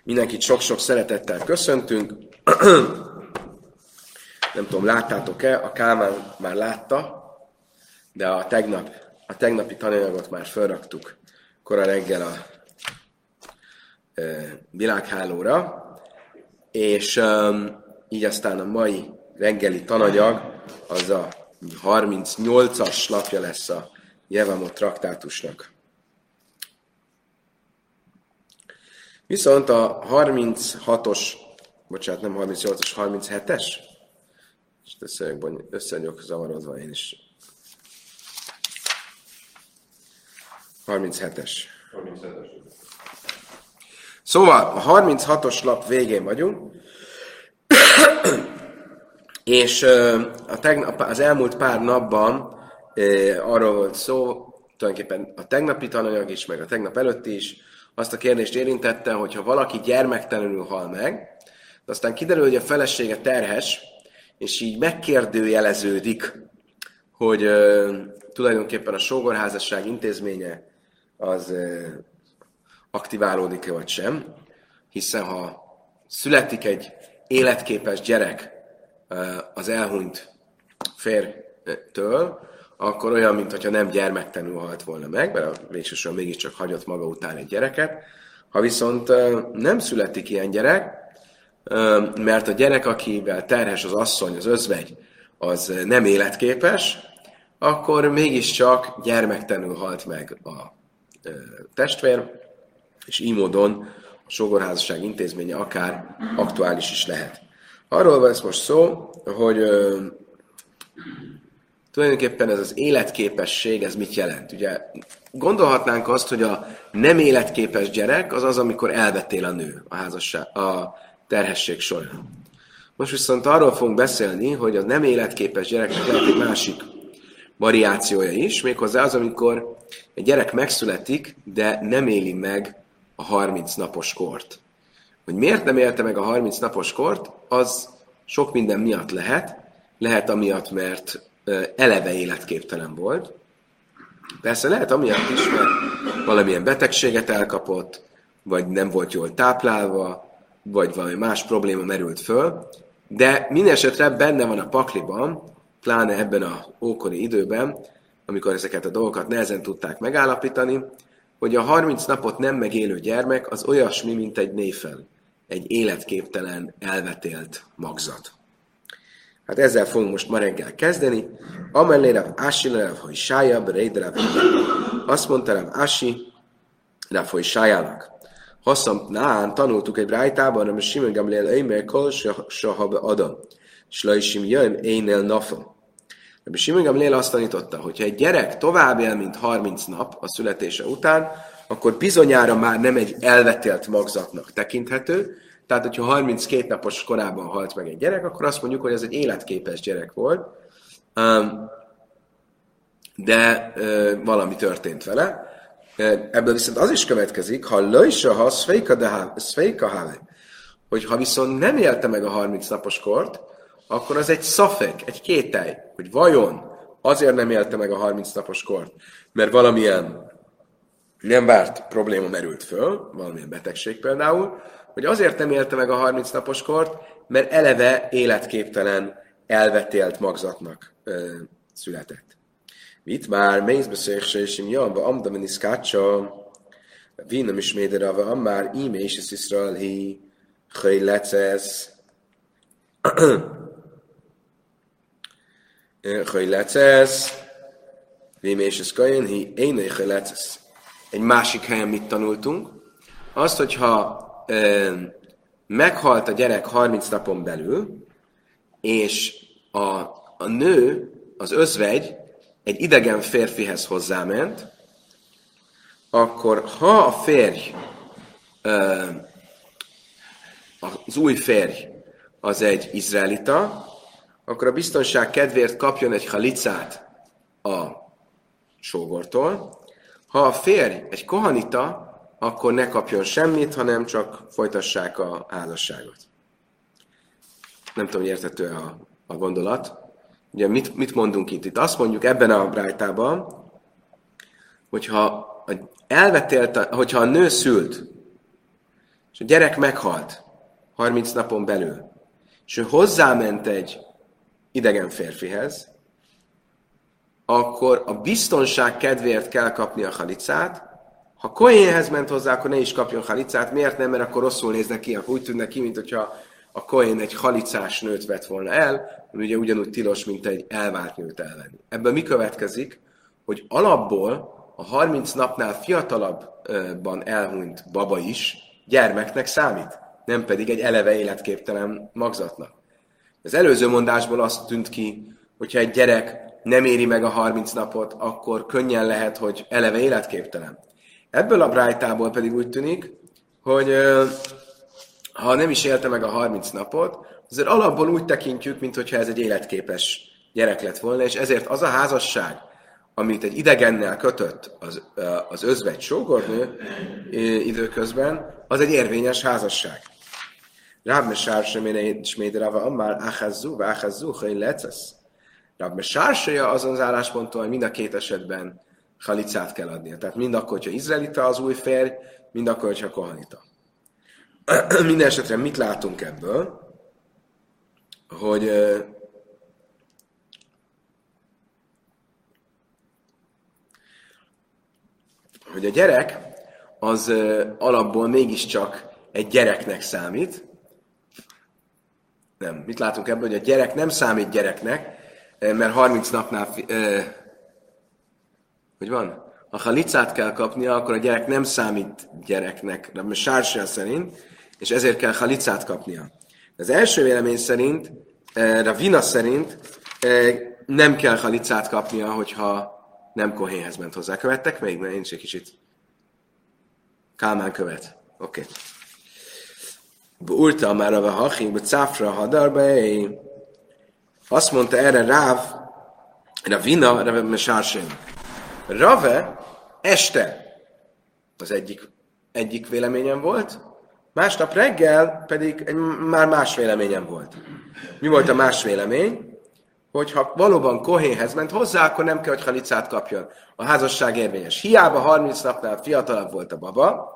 Mindenkit sok-sok szeretettel köszöntünk. Nem tudom, láttátok-e, a Kálmán már látta, de a tegnapi tananyagot már felraktuk kora reggel a világhálóra, és így aztán a mai reggeli tananyag az a 38-as lapja lesz a Jevamot traktátusnak. Viszont a 36-os, bocsánat, nem 38-os, 37-es, és összegyok zavarodva én is. 37-es. Szóval a 36-os lap végén vagyunk, és az elmúlt pár napban arról volt szó, tulajdonképpen a tegnapi tananyag is, meg a tegnap előtti is, azt a kérdést érintette, hogyha valaki gyermektelenül hal meg, de aztán kiderül, hogy a felesége terhes, és így megkérdőjeleződik, hogy tulajdonképpen a sógorházasság intézménye az aktiválódik-e vagy sem, hiszen ha születik egy életképes gyerek az elhunyt férjtől, akkor olyan, mintha nem gyermektelenül halt volna meg, mert végsősorban mégiscsak hagyott maga után egy gyereket. Ha viszont nem születik ilyen gyerek, mert a gyerek, akivel terhes az asszony, az özvegy, az nem életképes, akkor mégiscsak gyermektelenül halt meg a testvér, és így módon a sógorházasság intézménye akár aktuális is lehet. Arról van ez most szó, hogy tulajdonképpen ez az életképesség, ez mit jelent? Ugye gondolhatnánk azt, hogy a nem életképes gyerek az az, amikor elvetél a nő a terhesség során. Most viszont arról fogunk beszélni, hogy a nem életképes gyereknek lehet egy másik variációja is, méghozzá az, amikor egy gyerek megszületik, de nem éli meg a 30 napos kort. Hogy miért nem élte meg a 30 napos kort, az sok minden miatt lehet. Lehet amiatt, mert eleve életképtelen volt. Persze lehet amiatt is, mert valamilyen betegséget elkapott, vagy nem volt jól táplálva, vagy valami más probléma merült föl, de mindesetre benne van a pakliban, pláne ebben az ókori időben, amikor ezeket a dolgokat nehezen tudták megállapítani, hogy a 30 napot nem megélő gyermek az olyasmi, mint egy néfel, egy életképtelen, elvetélt magzat. Hát ezzel fogunk most ma reggel kezdeni. Amellé Rav Ashi Rav Hoshája, Bereid Rav azt mondta Rav Ashi Rav Hoshájának. Haszamnán tanultuk egy brájtában, Rav Shimon Gamliel Eimer Kol Sahabe Adam, Slajsim Jöjm Énél Nafa. Rav Shimon Gamliel azt tanította, hogyha egy gyerek tovább él, mint 30 nap a születése után, akkor bizonyára már nem egy elvetélt magzatnak tekinthető. Tehát, hogyha 32 napos korában halt meg egy gyerek, akkor azt mondjuk, hogy ez egy életképes gyerek volt, de valami történt vele. Ebből viszont az is következik, ha löjsaha szfejka háve, hogy ha viszont nem élte meg a 30 napos kort, akkor az egy szafek, egy kételj, hogy vajon azért nem élte meg a 30 napos kort, mert valamilyen nem várt probléma merült föl, valamilyen betegség például, hogy azért nem élte meg a 30 napos kort, mert eleve életképtelen, elvetélt magzatnak született. Mit már mészbe széksésim jönve, amda miniszkácsa, vinnem is méderave, ammár íme is az Iszrael hi, hely lecesz, hely lecesz, víme is az kajen hi, éne hely lecesz. Egy másik helyen mit tanultunk? Azt, hogyha meghalt a gyerek 30 napon belül, és a nő, az özvegy egy idegen férfihez hozzáment, akkor ha a férj, az új férj az egy izraelita, akkor a biztonság kedvéért kapjon egy halicát a sógortól. Ha a férj egy kohanita, akkor ne kapjon semmit, hanem csak folytassák a házasságot. Nem tudom, hogy érthető a gondolat. Ugye mit mondunk itt? Itt azt mondjuk ebben a brájtában, hogyha a nő szült, és a gyerek meghalt 30 napon belül, és ő hozzáment egy idegen férfihez, akkor a biztonság kedvéért kell kapni a halicát. Ha kohénhez ment hozzá, akkor ne is kapjon halicát. Miért nem? Mert akkor rosszul néznek ki, akkor úgy tűnnek ki, mint hogyha a kohén egy halicás nőt vett volna el, ami ugye ugyanúgy tilos, mint egy elvált nőt elvenni. Ebből mi következik? Hogy alapból a 30 napnál fiatalabban elhunyt baba is gyermeknek számít, nem pedig egy eleve életképtelen magzatnak. Az előző mondásból azt tűnt ki, hogyha egy gyerek nem éri meg a 30 napot, akkor könnyen lehet, hogy eleve életképtelen. Ebből a brájtából pedig úgy tűnik, hogy ha nem is élte meg a 30 napot, azért alapból úgy tekintjük, mintha ez egy életképes gyerek lett volna, és ezért az a házasság, amit egy idegennel kötött az özvegy sógornő időközben, az egy érvényes házasság. Ráb mesár sem sméderava ammár áhazzu, hogy lecesz. Ráb mesársaja azon az állásponton, hogy mind a két esetben halicát kell adnia. Tehát mind akkor, hogyha izraelita az új férj, mind akkor, hogyha kohanita. Minden esetre mit látunk ebből? Hogy a gyerek az alapból mégiscsak egy gyereknek számít. Nem, mit látunk ebből, hogy a gyerek nem számít gyereknek, mert 30 napnál, hogy van? Ha halicát kell kapnia, akkor a gyerek nem számít gyereknek, mert sársja szerint, és ezért kell halicát kapnia. Az első vélemény szerint, Ravina szerint nem kell halicát kapnia, hogyha nem kohénhez ment hozzá. Követtek még? Mert én is egy kicsit Kálmán követ. Oké. Úrta már a hachim, cáfra hadarbe. Azt mondta erre Ravina, Mesársén. Rave este az egyik véleményem volt, másnap reggel pedig már más véleményem volt. Mi volt a más vélemény? Hogyha valóban kohénhez ment hozzá, akkor nem kell, hogy halicát kapjon. A házasság érvényes. Hiába 30 napnál fiatalabb volt a baba,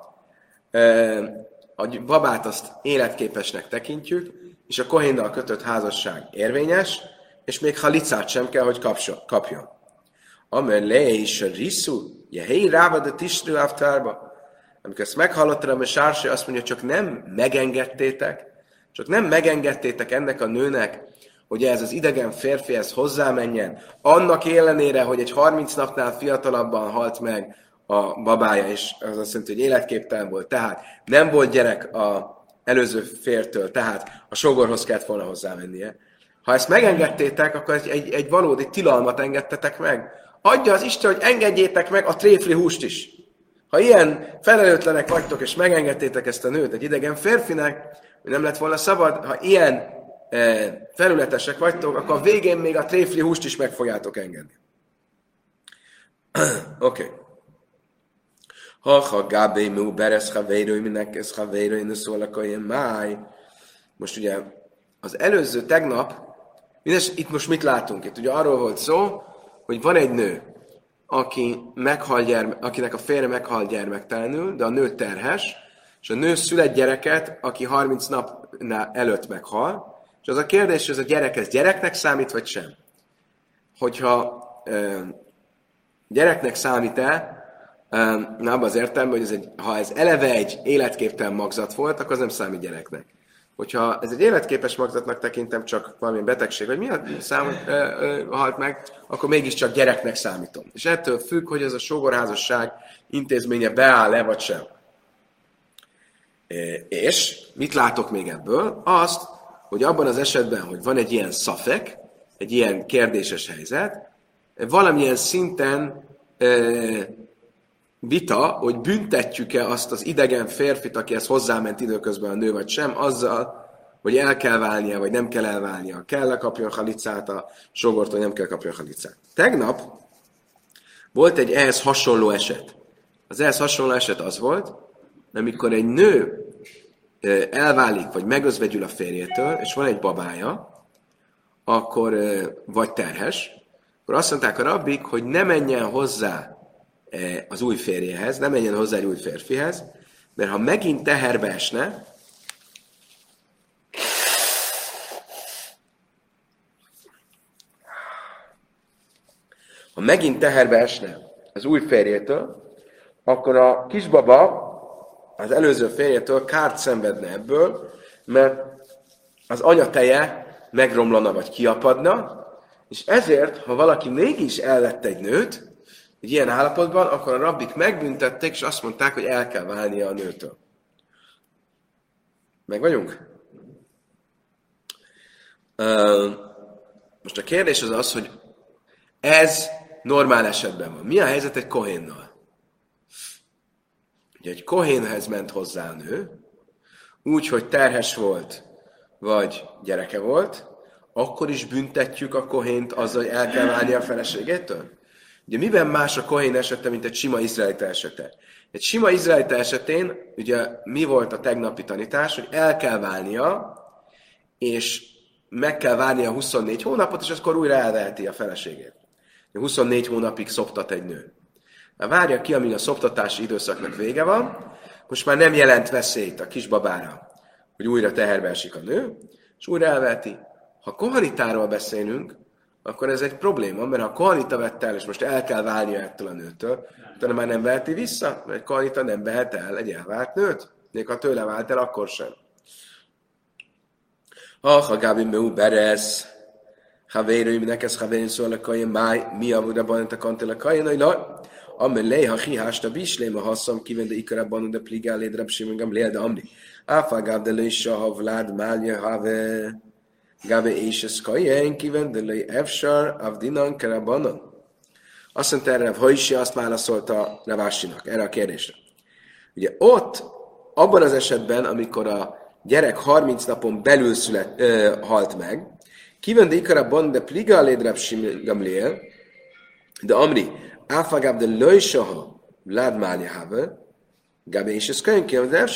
a babát azt életképesnek tekintjük, és a kohénnal kötött házasság érvényes, és még halicát sem kell, hogy kapjon. Amer le is a riszú, jehé rávad a tisztő áftárba. Amikor ezt meghallottam, a sársa azt mondja, csak nem megengedtétek ennek a nőnek, hogy ez az idegen férfihez hozzámenjen, annak ellenére, hogy egy 30 napnál fiatalabban halt meg a babája, és az azt jelenti, hogy életképtelen volt, tehát nem volt gyerek az előző fértől, tehát a sógorhoz kellett volna hozzámennie. Ha ezt megengedtétek, akkor egy valódi tilalmat engedtetek meg. Adja az Isten, hogy engedjétek meg a tréfli húst is. Ha ilyen felelőtlenek vagytok, és megengedtétek ezt a nőt egy idegen férfinek, hogy nem lett volna szabad, ha ilyen felületesek vagytok, akkor a végén még a tréfli húst is meg fogjátok engedni. Oké. Ha gábé mú beresz havérői, minek ez havérői, ne szólak a ilyen máj. Most ugye az előző tegnap, itt most mit látunk? Itt ugye arról volt szó, hogy van egy nő, akinek a férje meghal gyermektelenül, de a nő terhes, és a nő szül egy gyereket, aki 30 napnál előtt meghal, és az a kérdés, hogy ez a gyerek, ez gyereknek számít, vagy sem? Hogyha gyereknek számít-e, abban az értelemben, hogy ha ez eleve egy életképtelen magzat volt, akkor az nem számít gyereknek. Hogyha ez egy életképes magzatnak tekintem, csak valamilyen betegség, vagy miatt halt meg, akkor mégiscsak gyereknek számítom. És ettől függ, hogy ez a sógorházasság intézménye beáll-e, vagy sem. És mit látok még ebből? Azt, hogy abban az esetben, hogy van egy ilyen szafek, egy ilyen kérdéses helyzet, valamilyen szinten vita, hogy büntetjük-e azt az idegen férfit, akihez hozzáment időközben a nő, vagy sem, azzal, hogy el kell válnia, vagy nem kell elválnia. Kell kapjon halicát a sógortól, nem kell kapjon halicát. Tegnap volt egy ehhez hasonló eset. Az ehhez hasonló eset az volt, amikor egy nő elválik, vagy megözvegyül a férjétől, és van egy babája, akkor vagy terhes, akkor azt mondták a rabbik, hogy ne menjen hozzá az új férjehez, ne menjen hozzá egy új férfihez, Mert ha megint teherbe esne, az új férjétől, akkor a kisbaba az előző férjétől kárt szenvedne ebből, mert az anyateje megromlana vagy kiapadna, és ezért, ha valaki mégis elvett egy nőt, egy ilyen állapotban, akkor a rabbik megbüntették, és azt mondták, hogy el kell válnia a nőtől. Meg vagyunk? Most a kérdés az, hogy ez normál esetben van. Mi a helyzet egy kohénnal? Ugye egy kohénhez ment hozzá a nő, úgy, hogy terhes volt, vagy gyereke volt, akkor is büntetjük a kohént azzal, hogy el kell válni a feleségétől? Ugye miben más a kohén esete, mint egy sima izraelita esete? Egy sima izraelita esetén, ugye mi volt a tegnapi tanítás, hogy el kell válnia, és meg kell várnia 24 hónapot, és akkor újra elveheti a feleségét. 24 hónapig szoptat egy nő. Várja ki, amíg a szoptatási időszaknak vége van, most már nem jelent veszélyt a kisbabára, hogy újra teherbe esik a nő, és újra elveheti. Ha kohanitáról beszélünk, akkor ez egy probléma, mert ha kohanita vett el, és most el kell válnia ettől a nőtől, utána már nem veheti vissza, mert egy kohanita nem vehet el egy elvált nőt, még ha tőle vált el, akkor sem. Ha Gábi Meu Beresz, Havérőim, nekesz Havérőim szól a kajen, máj, mi a budabban a kantél a kajen, hogy amelé, ha hihásta bislém a hasszam, kivende ikarabban, de pligál lédrebb simengem lélde amri. Áfá gáb de lősa, ha vlád, málja, have, gábe és ez kajen, kivende lőj efsar, avdinan, karabanan. Azt mondta erre, Hajsi azt válaszolta Ravásinak, erre a kérdésre. Ugye ott, abban az esetben, amikor a gyerek 30 napon belül halt meg, kivende ikarabban, de pligál lédrebb simengem lél, de amri, áfagább de lőjsaha ládmálja have, gábe és ez könyvként, de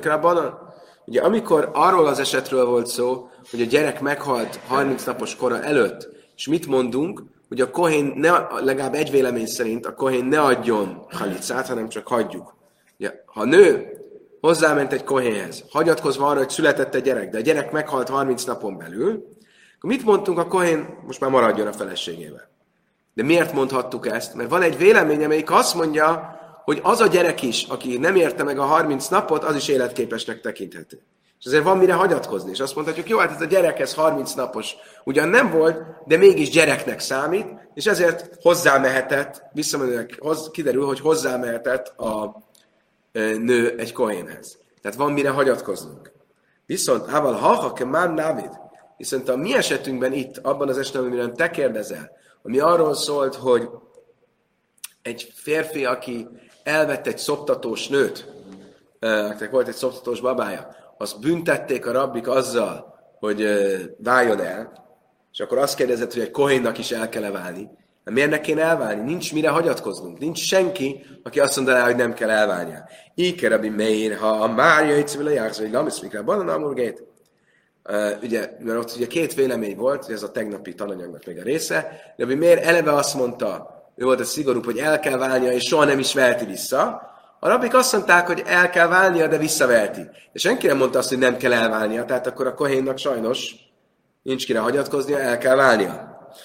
ugye amikor arról az esetről volt szó, hogy a gyerek meghalt 30 napos kora előtt, és mit mondunk, hogy a kohén legalább egy vélemény szerint a kohén ne adjon halicát, hanem csak hagyjuk. Ugye, ha a nő hozzáment egy kohénhez, hagyatkozva arra, hogy született egy gyerek, de a gyerek meghalt 30 napon belül, akkor mit mondtunk, a kohén most már maradjon a feleségével. De miért mondhattuk ezt? Mert van egy vélemény, amelyik azt mondja, hogy az a gyerek is, aki nem érte meg a 30 napot, az is életképesnek tekinthető. És ezért van mire hagyatkozni. És azt mondhatjuk, jó, hát ez a gyerek, ez 30 napos. Ugyan nem volt, de mégis gyereknek számít, és ezért hozzámehetett, visszamenőleg kiderül, hogy hozzámehetett a nő egy kohénhez. Tehát van mire hagyatkoznunk. Viszont, ával ha már Návid, viszont a mi esetünkben itt, abban az esetben, amiről te kérdezel, ami arról szólt, hogy egy férfi, aki elvett egy szoptatós nőt, akinek volt egy szoptatós babája, azt büntették a rabbik azzal, hogy váljon el, és akkor azt kérdezett, hogy egy kohénnak is el kell válni. De miért ne kéne elválni? Nincs mire hagyatkoznunk. Nincs senki, aki azt mondaná, hogy nem kell elválnia. Íke Rabbi Meir, ha a Mária itt szívül a jársz, hogy Lamisz Mikra, Banan Amurgét. Ugye, mert ott ugye két vélemény volt, ez a tegnapi tananyagnak még a része, de Rabbi Meir eleve azt mondta, ő volt a szigorúbb, hogy el kell válnia, és soha nem is veheti vissza. A rabbik azt mondták, hogy el kell válnia, de visszaveheti. De senki nem mondta azt, hogy nem kell elválnia, tehát akkor a kohénnak sajnos nincs kire hagyatkoznia, el kell válnia.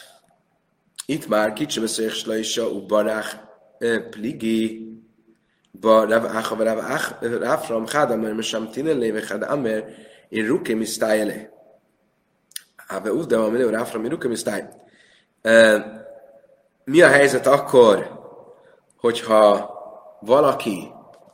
Itt már kicsömeszőjésla is a ubarach pligi, ba rav Afram Chádamer mesam tinelé, Chádamer én ruké misztájele. Háve úvdem, amilyen Rav Afram én ruké misztáj. Mi a helyzet akkor, hogyha valaki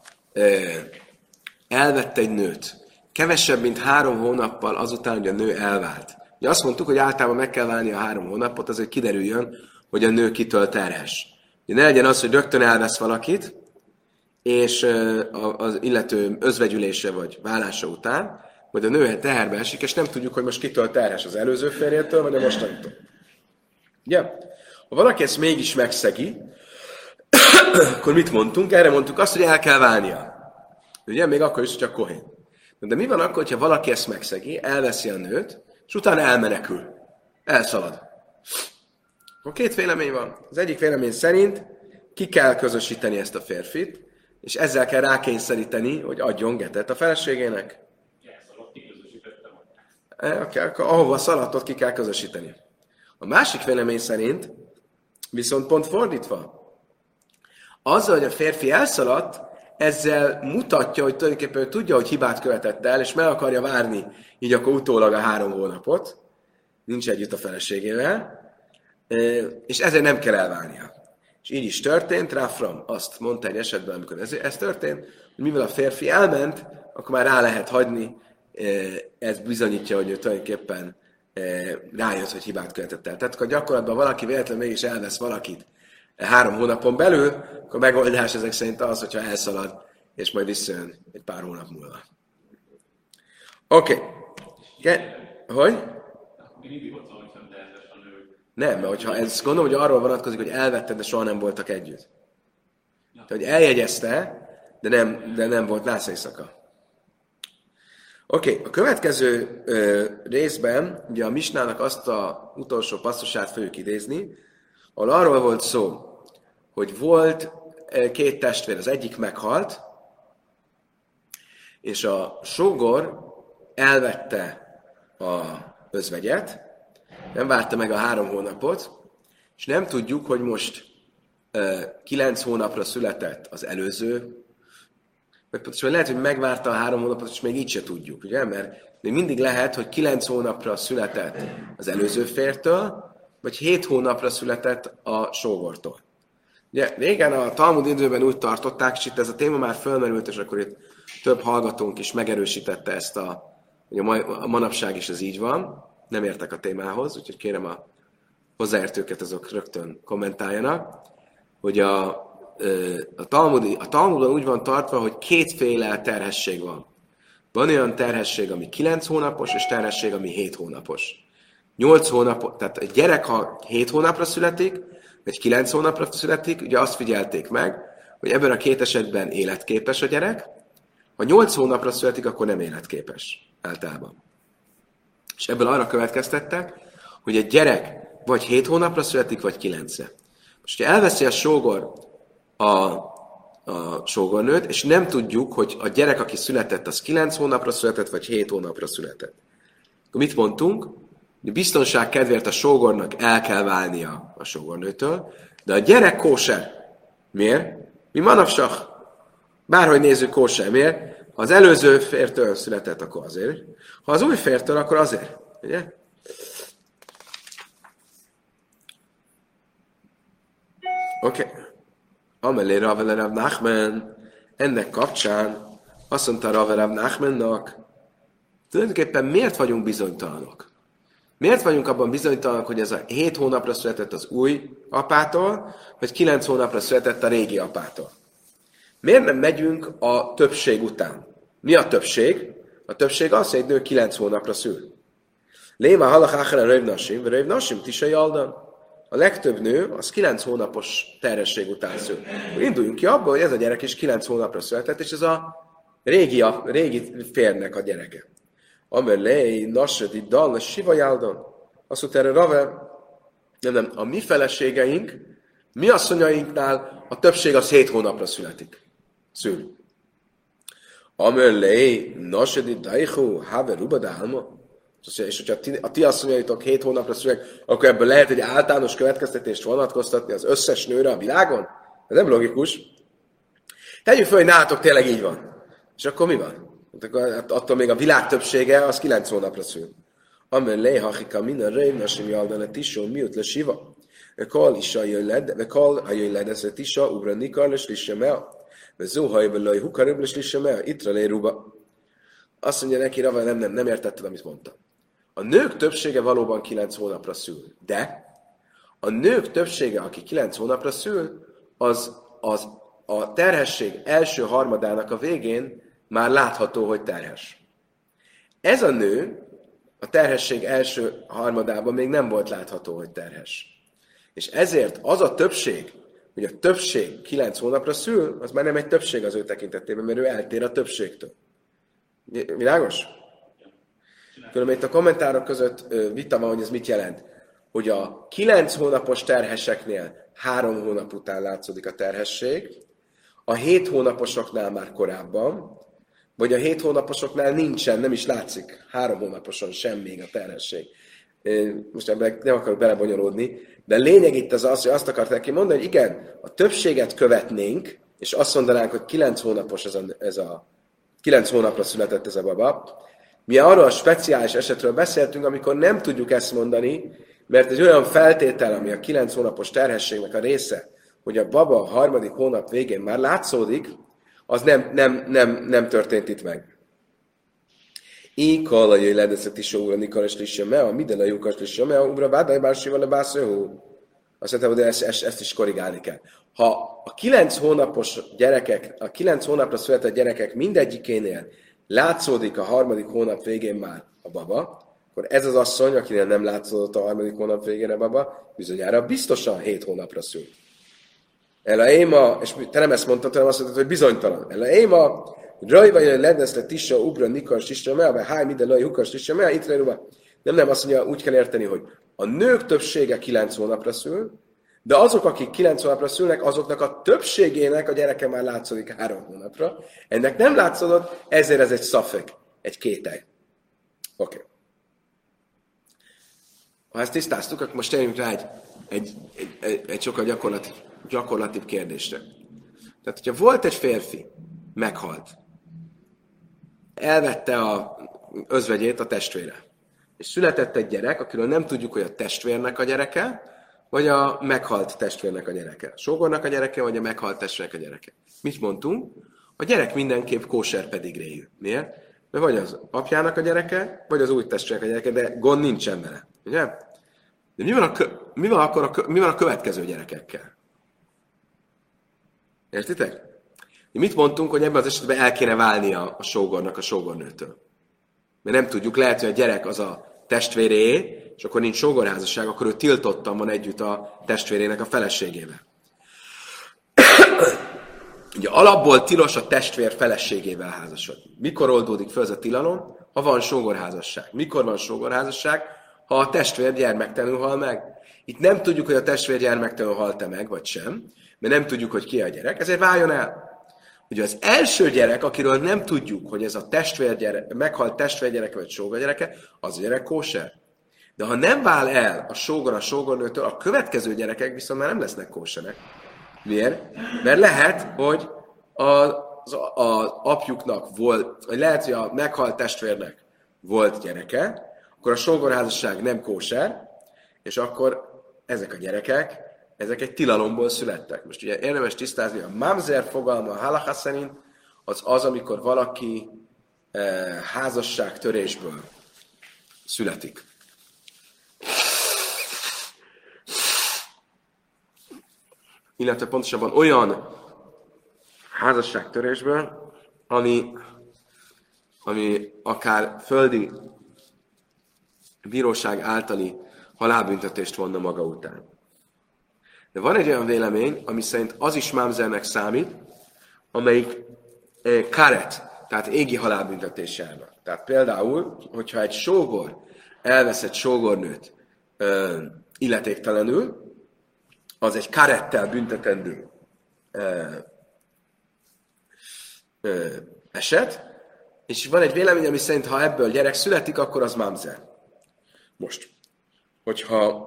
elvette egy nőt, kevesebb, mint 3 hónappal azután, hogy a nő elvált. Ugye azt mondtuk, hogy általában meg kell válni a 3 hónapot, azért kiderüljön, hogy a nő kitől terhes. Ugye ne legyen az, hogy rögtön elvesz valakit, és az illető özvegyülése vagy válása után, majd a nő teherbe esik, és nem tudjuk, hogy most kitől terhes, az előző férjétől, vagy a mostanitól. Ugye? Ha valaki ezt mégis megszegi, akkor mit mondtunk? Erre mondtuk azt, hogy el kell válnia. Ugye? Még akkor is, hogy csak kohén. De mi van akkor, hogyha valaki ezt megszegi, elveszi a nőt, és utána elmenekül. Elszalad. Akkor 2 vélemény van. Az egyik vélemény szerint ki kell közösíteni ezt a férfit, és ezzel kell rákényszeríteni, hogy adjon getet a feleségének. Akkor ahova szaladt, ott ki kell közösíteni. A másik vélemény szerint viszont pont fordítva. Azzal, hogy a férfi elszaladt, ezzel mutatja, hogy tulajdonképpen tudja, hogy hibát követett el, és meg akarja várni, így akkor utólag a 3 hónapot, nincs együtt a feleségével, és ezért nem kell elválnia. És így is történt, Ráfram azt mondta egy esetben, amikor ez történt, hogy mivel a férfi elment, akkor már rá lehet hagyni, ez bizonyítja, hogy ő tulajdonképpen rájött, hogy hibát követett el. Tehát, akkor gyakorlatban valaki véletlenül mégis elvesz valakit 3 hónapon belül, akkor a megoldás ezek szerint az, hogyha elszalad, és majd visszajön egy pár hónap múlva. Oké. Hogy? Nem, mert hogyha ez gondolom, hogy arról vonatkozik, hogy elvetted, de soha nem voltak együtt. Tehát, hogy eljegyezte, de nem volt nászéjszaka. Oké, a következő részben, ugye a Misnának azt a utolsó passzusát fogjuk idézni, ahol arról volt szó, hogy volt 2 testvér, az egyik meghalt, és a sógor elvette a özvegyet, nem várta meg a 3 hónapot, és nem tudjuk, hogy most 9 hónapra született az előző, vagy pontosan lehet, hogy megvárta a 3 hónapot, és még így se tudjuk, ugye? Mert még mindig lehet, hogy 9 hónapra született az előző fértől, vagy 7 hónapra született a sógortól. Ugye, régen a Talmud időben úgy tartották, és itt ez a téma már fölmerült, és akkor itt több hallgatónk is megerősítette ezt hogy a manapság is ez így van. Nem értek a témához, úgyhogy kérem a hozzáértőket, azok rögtön kommentáljanak, hogy a Talmudon úgy van tartva, hogy 2 féle terhesség van. Van olyan terhesség, ami 9 hónapos, és terhesség, ami 7 hónapos. 8 hónapos, tehát egy gyerek, ha 7 hónapra születik, vagy 9 hónapra születik, ugye azt figyelték meg, hogy ebben a 2 esetben életképes a gyerek, ha 8 hónapra születik, akkor nem életképes általában. És ebből arra következtettek, hogy egy gyerek vagy 7 hónapra születik, vagy 9-re. Most, ha elveszi a sógor a sógornőt, és nem tudjuk, hogy a gyerek, aki született, az 9 hónapra született, vagy 7 hónapra született. Akkor mit mondtunk? Hogy biztonság kedvéért a sógornak el kell válnia a sógornőtől, de a gyerek kóser. Miért? Mi manapság? Bárhogy nézzük, kóser. Miért? Ha az előző fértől született, akkor azért. Ha az új fértől, akkor azért. Ugye? Oké. Amelé Rave Rav Nachman, ennek kapcsán azt mondta Rave Rav Nachmannak, tulajdonképpen miért vagyunk bizonytalanok? Miért vagyunk abban bizonytalanok, hogy ez a 7 hónapra született az új apától, vagy 9 hónapra született a régi apától? Miért nem megyünk a többség után? Mi a többség? A többség az, hogy egy nő 9 hónapra szül. Léma halach áhra röv nasim, röv nasim tisai aldan. A legtöbb nő az 9 hónapos terhesség után szül. Induljunk ki abból, hogy ez a gyerek is 9 hónapra született, és ez a régi férnek a gyereke. Amelé nasedi dal siva jáldon. Azt mondta erre Rave, nem, a mi feleségeink, mi asszonyainknál a többség az 7 hónapra szül. Amelé nasedi daichu have rubadálma. És hogyha a ti asszonyaitok 7 hónapra születik, akkor ebből lehet egy általános következtetést vonatkoztatni az összes nőre a világon? Ez nem logikus. Tegyük fel, hogy nálatok tényleg így van. És akkor mi van? Attól még a világ többsége az 9 hónapra szül. Amelé hachika minden rév nasim jaldane tisó miut le siva. Vekal isha jöjjled ez a tisha ubra nikar les lissemea. Vezóhaj belaj hukarib les lissemea. Itra lé ruba. Azt mondja neki, Rava, nem értetted, amit mondtam. A nők többsége valóban 9 hónapra szül, de a nők többsége, aki 9 hónapra szül, az a terhesség első harmadának a végén már látható, hogy terhes. Ez a nő a terhesség első harmadában még nem volt látható, hogy terhes. És ezért az a többség, hogy a többség 9 hónapra szül, az már nem egy többség az ő tekintetében, mert ő eltér a többségtől. Világos? Különben itt a kommentárok között vita van, hogy ez mit jelent. Hogy a 9 hónapos terheseknél 3 hónap után látszódik a terhesség, a 7 hónaposoknál már korábban, vagy a 7 hónaposoknál nincsen, nem is látszik 3 hónaposon sem még a terhesség. Most ebben nem akarok belebonyolódni, de a lényeg itt az, hogy azt akarták ki mondani, hogy igen, a többséget követnénk, és azt mondanánk, hogy 9 hónapos ez a 9 hónapra született ez a baba. Mi arról a speciális esetről beszéltünk, amikor nem tudjuk ezt mondani, mert egy olyan feltétel, ami a 9 hónapos terhességnek a része, hogy a baba a 3. hónap végén már látszódik, az nem történt itt meg. Ikal a jöjledeszet is óra nikaras lisse mea, minden a lyukas lisse mea, ubra vádaj bársival a bászöhó. Azt mondtam, hogy ezt is korrigálni kell. Ha a 9 hónapos gyerekek, a 9 hónapra született gyerekek mindegyikénél látszódik a 3. hónap végén már a baba, akkor ez az asszony, akinél nem látszódott a 3. hónap végén a baba, bizonyára biztosan 7 hónapra szül. Ela éma, és te nem ezt mondtad, hanem azt mondtad, hogy bizonytalan. Ela éma, rajva jön ledeszle tissa, ubra, nikars tissa, mea, vagy háj, minden laj, hukars tissa, mea, itt rejruba. Nem, azt mondja, úgy kell érteni, hogy a nők többsége 9 hónapra szül, de azok, akik 9 hónapra szülnek, azoknak a többségének a gyereke már látszódik 3 hónapra. Ennek nem látszódott, ezért ez egy szafek, egy kételj. Oké. Ha ezt tisztáztuk, akkor most térjünk rá egy sokkal gyakorlatibb kérdésre. Tehát, hogyha volt egy férfi, meghalt, elvette a özvegyét a testvére, és született egy gyerek, akiről nem tudjuk, hogy a testvérnek a gyereke, vagy a meghalt testvérnek a gyereke. A sógornak a gyereke, vagy a meghalt testvérnek a gyereke. Mit mondtunk? A gyerek mindenképp kóser pedigréjű. Miért? Mert vagy az apjának a gyereke, vagy az új testvérnek a gyereke, de gond nincsen vele. Ugye? De mi van a következő gyerekekkel? Értitek? Mit mondtunk, hogy ebben az esetben el kéne válnia a sógornak a sógornőtől? Mert nem tudjuk, lehet, hogy a gyerek az a testvéré, és akkor nincs sógorházasság, akkor ő tiltottan van együtt a testvérének a feleségével. Ugye alapból tilos a testvér feleségével házasodni. Mikor oldódik fel ez a tilalom? Ha van sógorházasság. Mikor van sógorházasság? Ha a testvér gyermektelenül hal meg. Itt nem tudjuk, hogy a testvér gyermektelenül halt-e meg, vagy sem, mert nem tudjuk, hogy ki a gyerek, ezért váljon el. Ugye az első gyerek, akiről nem tudjuk, hogy ez a meghalt testvérgyereke vagy sógorgyereke, az a gyerek kóser. De ha nem vál el a sógor a sógornőtől, a következő gyerekek viszont már nem lesznek kóserek. Miért? Mert lehet, hogy az apjuknak volt, vagy lehet, hogy a meghalt testvérnek volt gyereke, akkor a sógorházasság nem kóser, és akkor ezek a gyerekek, ezek egy tilalomból születtek. Most ugye érdemes tisztázni, a mamzer fogalma a halacha szerint az, amikor valaki házasságtörésből születik. Illetve pontosabban olyan házasságtörésből, ami akár földi bíróság általi halálbüntetést vonna maga után. De van egy olyan vélemény, ami szerint az is mámzernek számít, amelyik karet, tehát égi halálbüntetés járna. Tehát például, hogyha egy sógor elvesz egy sógornőt illetéktelenül, az egy karettel büntetendő eset, és van egy vélemény, ami szerint, ha ebből gyerek születik, akkor az mamzer. Most, hogyha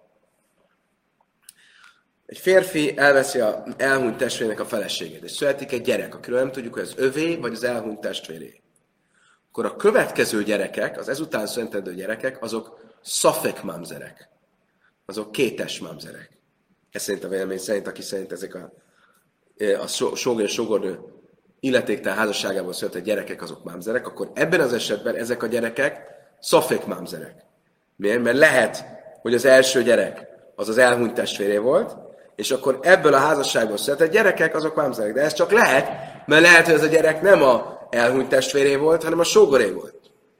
egy férfi elveszi az elhunyt testvérének a feleségét, és születik egy gyerek, akiről nem tudjuk, hogy az övé, vagy az elhunyt testvéré, akkor a következő gyerekek, az ezután születendő gyerekek, azok szafek mamzerek. Azok kétes mamzerek. Ez szerint a vélemény szerint, aki szerint ezek a sógor és sógornő illetéktelen házasságából született gyerekek, azok mamzerek, akkor ebben az esetben ezek a gyerekek szafek mamzerek. Miért? Mert lehet, hogy az első gyerek az az elhunyt testvéré volt, és akkor ebből a házasságból született gyerekek, azok mamzerek. De ez csak lehet, mert lehet, hogy ez a gyerek nem a elhunyt testvéré volt, hanem a sógoré volt.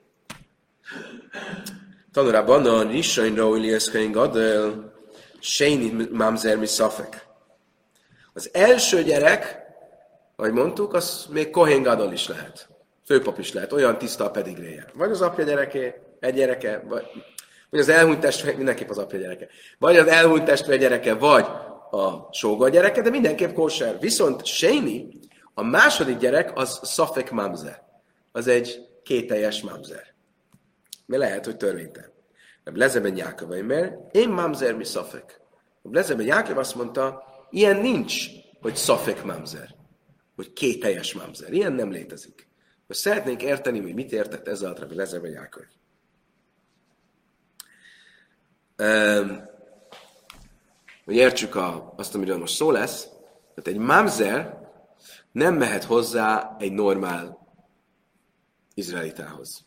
Tanulában a Rissainra Ulieszkain Gadel Séni mamzer mi szafek. Az első gyerek, ahogy mondtuk, az még Kohen Gadol is lehet. Főpap is lehet, olyan tiszta a pedigréje. Vagy az apja gyereké, egy gyereke, vagy az elhunyt testvér, mindenképp az apja gyereke. Vagy az elhunyt testvér gyereke, vagy a sógor gyereke, de mindenképp kóser. Viszont Séni, a második gyerek, az szafek mamzer. Az egy kételjes mamzer. Mert lehet, hogy törvénytelen. Lezeben Jákov, mert én mamzer mi szafek. Lezeben Jákov azt mondta, ilyen nincs, hogy szafek mamzer. Hogy kételjes mamzer. Ilyen nem létezik. Most szeretnénk érteni, hogy mit értett ezzel a Rabbi Lezeben Jákov. Hogy értsük azt, amiről most szó lesz, tehát egy mamzer nem mehet hozzá egy normál izraelitához.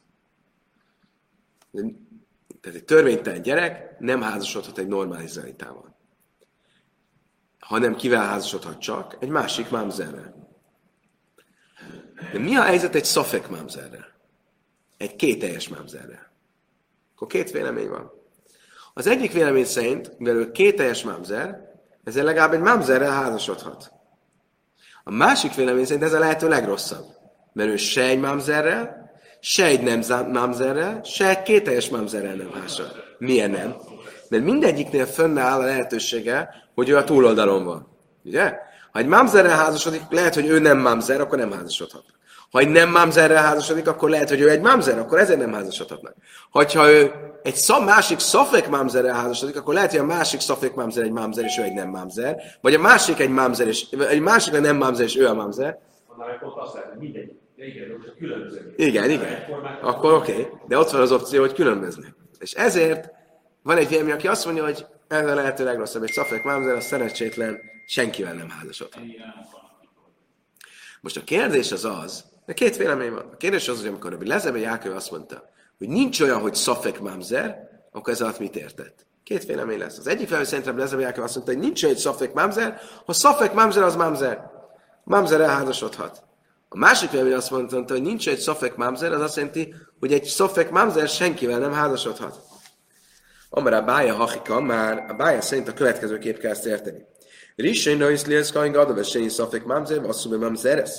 Tehát egy törvénytelen gyerek nem házasodhat egy normál izraelitával. Hanem kivel házasodhat csak? Egy másik mamzerrel. De mi a helyzet egy szafek mamzerrel? Egy kételjes mamzerrel? Akkor két vélemény van. Az egyik vélemény szerint, mivel ő kételjes mamzer, ezzel legalább egy mamzerrel házasodhat. A másik vélemény szerint ez a lehető legrosszabb. Mert ő se egy mamzerrel, se egy nem mamzerrel, se egy kételjes mamzerrel nem házasodhat. Milyen nem? Mert mindegyiknél fönnáll a lehetősége, hogy ő a túloldalon van. Ugye? Ha egy mamzerrel házasodik, lehet, hogy ő nem mamzer, akkor nem házasodhat. Ha egy nem mamzerrel házasodik, akkor lehet, hogy ő egy mamzer, akkor ezért nem házasodhatnak. Ha ő egy másik szafek mamzerrel házasodik, akkor lehet, hogy a másik szafek mamzer egy mamzer, és ő egy nem mamzer, vagy a másik egy mamzer, és egy másik a nem mamzer, és ő a mamzer. Annál pont azt lehet, hogy mindegy. De igen, hogy különböző. Igen. Akkor oké. De ott van az opció, hogy különböznek. És ezért van egy vélemény, aki azt mondja, hogy ez a lehető legrosszabb, egy szafek mamzer, a szerencsétlen, senkivel nem házasodhat. Most a kérdés az, de két vélemény van. A kérdés az, hogy amikor Rabbi Lezeben Jákov azt mondta, hogy nincs olyan, hogy szafek mamzer, akkor ez alatt mit értett? Két vélemény lesz. Az egyik vélemény szerint Rabbi Lezeben Jákov azt mondta, hogy nincs olyan, hogy szafek mamzer, ha szafek mamzer, az mamzer. Mamzer elházasodhat. A másik vélemény azt mondta, hogy nincs egy szafek mamzer, az azt jelenti, hogy egy szafek mamzer senkivel nem házasodhat. Amár a bája hachika, már a bája szerint a következő kép kell ezt érteni. Rishén rajsz liesz kain gadol, és séni szafek mamzer, vasszúbe mamzeres.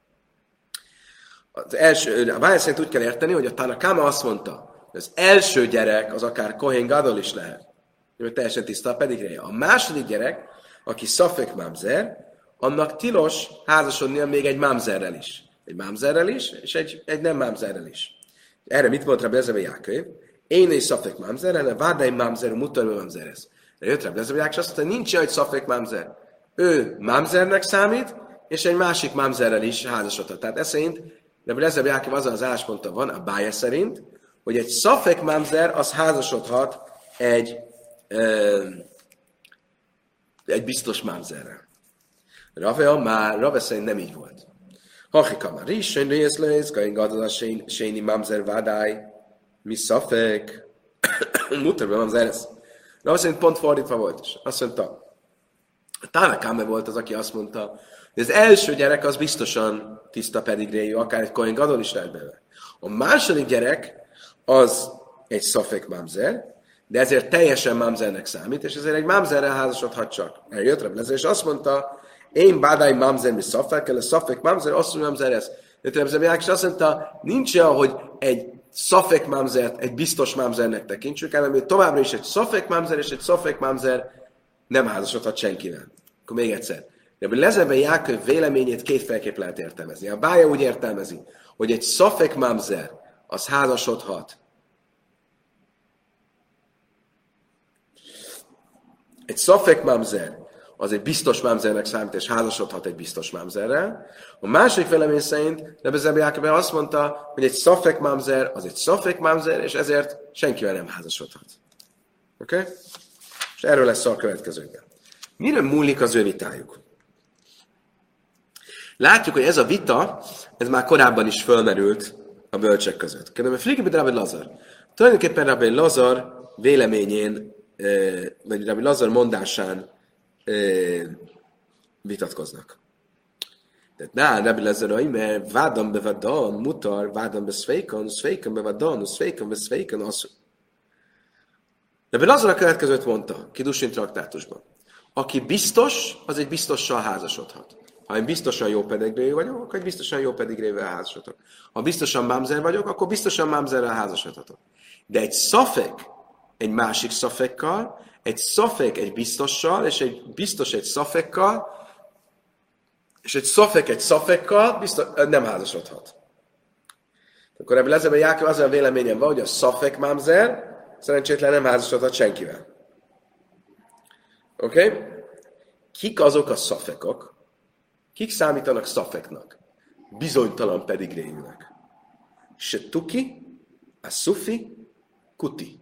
Az első, a bája szerint úgy kell érteni, hogy a Tanakama azt mondta, hogy az első gyerek az akár Kohen Gadol is lehet. Ő teljesen tiszta a pedigréje. A második gyerek, aki szafek mamzer, annak tilos házasodnia még egy mamzerrel is. Egy mamzerrel is, és egy nem mamzerrel is. Erre mit volt Rabbi Lezeben Jákov? Én egy szafek mamzer, de vádai mamzer, mutarva mamzerez. De jött Rabbi Lezeben Jákov, azt mondta, hogy nincs egy szafek mamzer. Ő mamzernek számít, és egy másik mamzerrel is házasodhat. Tehát ez szerint Rabbi Lezeben Jákov azon az állásponton van, a bája szerint, hogy egy szafek mamzer az házasodhat egy biztos mamzerrel. Rave szerint nem így volt. Hachika már is, sen részlőz, kain gadol a séni mamzer vádály, mi szafek, mutatva mamzer ez. Rave szerint pont fordítva volt is. Azt mondta, Tanakame volt az, aki azt mondta, hogy az első gyerek az biztosan tiszta pedigréjű, akár egy kohen gadol is lehet belőle. A második gyerek az egy szafek mamzer, de ezért teljesen mamzernek számít, és ezért egy mamzerrel házasodhat csak. Eljött Rabbi Lezer, és azt mondta, én bádály mamzer mi szafek, a szafek mamzer, azt mondja mamzer ez. Jött Rabbi Lezer, és azt mondta, nincs olyan, hogy egy szafek mamzert egy biztos mamzernek tekintsük, hanem hogy továbbra is egy szafek mamzer, és egy szafek mamzer nem házasodhat senkivel. Akkor még egyszer. Rabbi Lezerben Jákov véleményét kétféleképp lehet értelmezni. A bája úgy értelmezi, hogy egy szafek mamzer az házasodhat. Egy szafek mamzer az egy biztos mamzernek számít, és házasodhat egy biztos mamzerrel. A másik vélemény szerint Rabbi Lezerben Jákov azt mondta, hogy egy szafek mamzer az egy szafek mamzer, és ezért senkivel nem házasodhat. Oké? Okay? És erről lesz szó a következőkben. Mire múlik az ő vitájuk? Látjuk, hogy ez a vita, ez már korábban is fölmerült a bölcsek között. Kedves Frikibid Rabbi Lazar. Tulajdonképpen Rabbi Lazar véleményén, vagy Rabbi Lazar mondásán vitatkoznak. Tehát Rabbi Lazar, mert vádam be vadon, mutar, vádam be szvékon, szvékon be vadon, szvékon be szvékon, az. Rabbi Lazar a következőt mondta, Kidusin traktátusban. Aki biztos, az egy biztossal házasodhat. Ha én biztosan jó pedigrévű vagyok, akkor egy biztosan jó pedigrévűvel házasodhatok. Ha biztosan mamzer vagyok, akkor biztosan mamzerrel házasodhatok. De egy szafek, egy másik szafekkal, egy szafek egy biztossal, és egy biztos egy szafekkal, és egy szafek egy szafekkal nem házasodhat. Akkor ebből ezzel Jákob az a véleményem van, hogy a szafek mamzer szerencsétlen nem házasodhat senkivel. Oké? Okay? Kik azok a szafekok? Kik számítanak szafeknak? Bizonytalan pedigréjűnek. Se tuki, a szufi, kuti.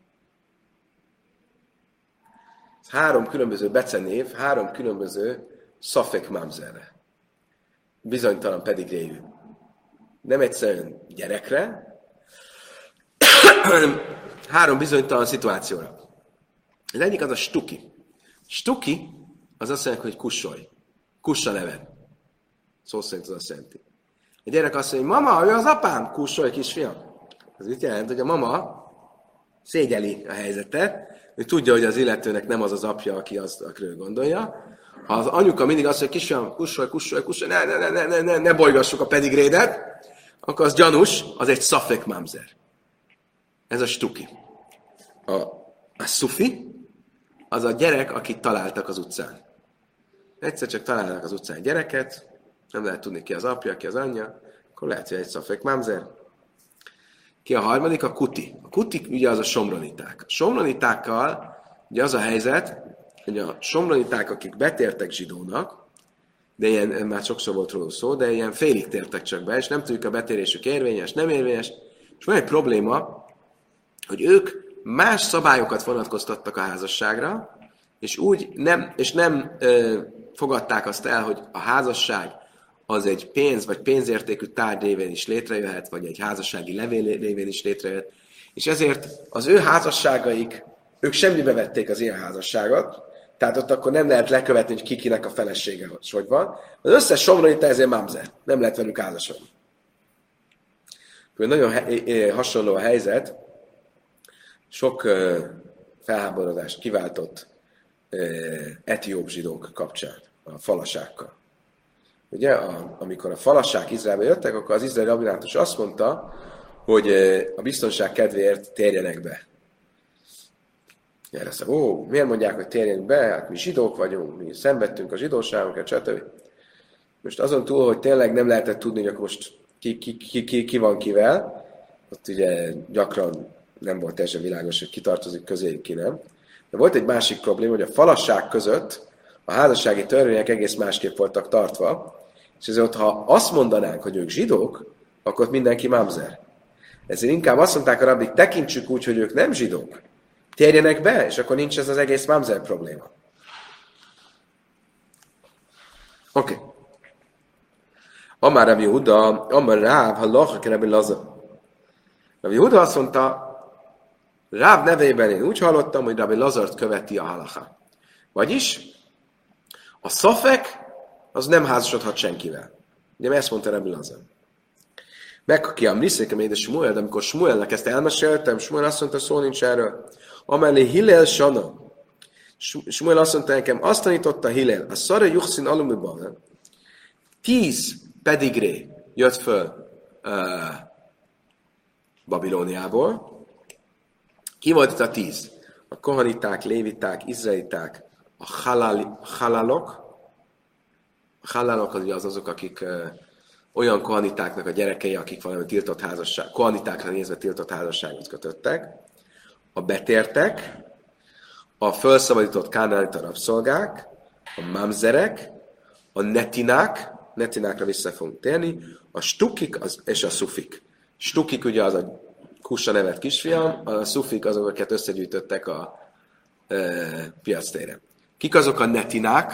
Ez 3 különböző becenév, 3 különböző szafek mamzerre. Bizonytalan pedigréjű. Nem egyszerűen gyerekre, hanem 3 bizonytalan szituációra. Az egyik az a stuki. Stuki az azt jelenti, hogy kussolj. Kussa neved. Szó szerint az azt jelenti. A gyerek azt mondja, hogy mama, ő az apám, kussolj, kisfiam. Ez itt jelent, hogy a mama szégyeli a helyzetet, ő tudja, hogy az illetőnek nem az az apja, akiről gondolja. Ha az anyuka mindig azt mondja, kisfiam, kussolj, ne bolygassuk a pedigrédet, akkor az gyanús, az egy szafek mamzer. Ez a stuki. A szufi, az a gyerek, akit találtak az utcán. Egyszer csak találnak az utcán gyereket, nem lehet tudni, ki az apja, ki az anyja, akkor lehet, hogy egy szafek mamzer. Ki a harmadik? A kuti. A kuti ugye az a somroniták. A somronitákkal ugye az a helyzet, hogy a somroniták, akik betértek zsidónak, de ilyen, már sokszor volt róla szó, de ilyen félig tértek csak be, és nem tudjuk, a betérésük érvényes, nem érvényes, és van egy probléma, hogy ők más szabályokat vonatkoztattak a házasságra, és nem fogadták azt el, hogy a házasság az egy pénz vagy pénzértékű tárgy révén is létrejöhet, vagy egy házassági levél révén is létrejöhet, és ezért az ő házasságaik, ők semmibe vették az ilyen házasságot, tehát ott akkor nem lehet lekövetni, hogy kikinek a felesége hogy van. Az összes somronita ezért mamzer, nem lehet velük házasodni. Nagyon hasonló a helyzet, sok felháborodást kiváltott etióp zsidók kapcsán, a falasákkal. Ugye, amikor a falasák Izraelbe jöttek, akkor az izraeli rabinátus azt mondta, hogy a biztonság kedvéért térjenek be. Erre azt mondja, miért mondják, hogy térjenek be? Hát mi zsidók vagyunk, mi szenvedtünk a zsidóságunkat, stb. Most azon túl, hogy tényleg nem lehetett tudni, hogy akkor most ki van kivel, ott ugye gyakran nem volt teljesen világos, hogy ki tartozik közéjük, ki nem. De volt egy másik probléma, hogy a falasság között a házassági törvények egész másképp voltak tartva, és ezért, ha azt mondanánk, hogy ők zsidók, akkor ott mindenki mamzer. Ezért inkább azt mondták a rabbik, tekintsük úgy, hogy ők nem zsidók. Térjenek be, és akkor nincs ez az egész mamzer probléma. Oké. Amár Rabbi Yehuda, Amár Ráv, hallach, Rabbi Lazar. Rabbi Yehuda azt mondta, Ráv nevében én úgy hallottam, hogy Rabbi Lazart követi a halacha. Vagyis a szafek az nem házasodhat senkivel. Ugye ezt mondta Rabbi Lazar. Meg ki a Mriszékem édes Smuel, de amikor Smuelnek ezt elmeséltem, Smuel azt mondta, szó nincs erről. Amellé Hillel Sana. Smuel azt mondta nekem, azt tanította Hillel, a Szara Juchszin Alumiban 10 pedigré jött föl Babilóniából. Ki volt itt a 10? A kohaniták, léviták, izraeliták, a halalok. A halalok az azok, akik olyan kohanitáknak a gyerekei, akik valami tiltott házasság, kohanitákra nézve tiltott házasságot kötöttek, a betértek, a felszabadított kánánita rabszolgák, a mamzerek, a netinákra vissza fogunk térni, a stukik és a szufik. Stukik ugye az a kussa nevet kisfiam, a szufik azok, akiket összegyűjtöttek a piactére. Kik azok a netinák?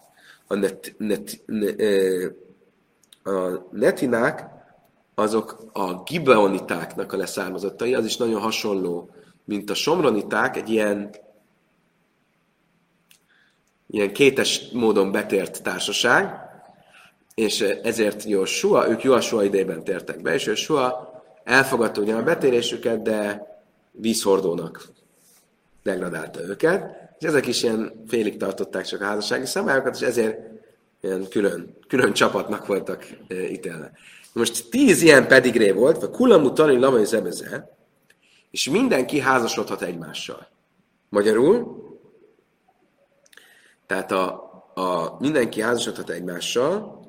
A netinák azok a gibeonitáknak a leszármazottai, az is nagyon hasonló, mint a somroniták, egy ilyen kétes módon betért társaság, és ezért ők Jósua idejében tértek be, és Jósua elfogadta ugyan a betérésüket, de vízhordónak degradálta őket, és ezek is ilyen félig tartották csak a házassági szabályokat, és ezért ilyen külön csapatnak voltak ítélve. Most 10 ilyen pedigré volt, vagy kulamú tanulni lamai zebeze, és mindenki házasodhat egymással. Magyarul, Tehát mindenki házasodhat egymással,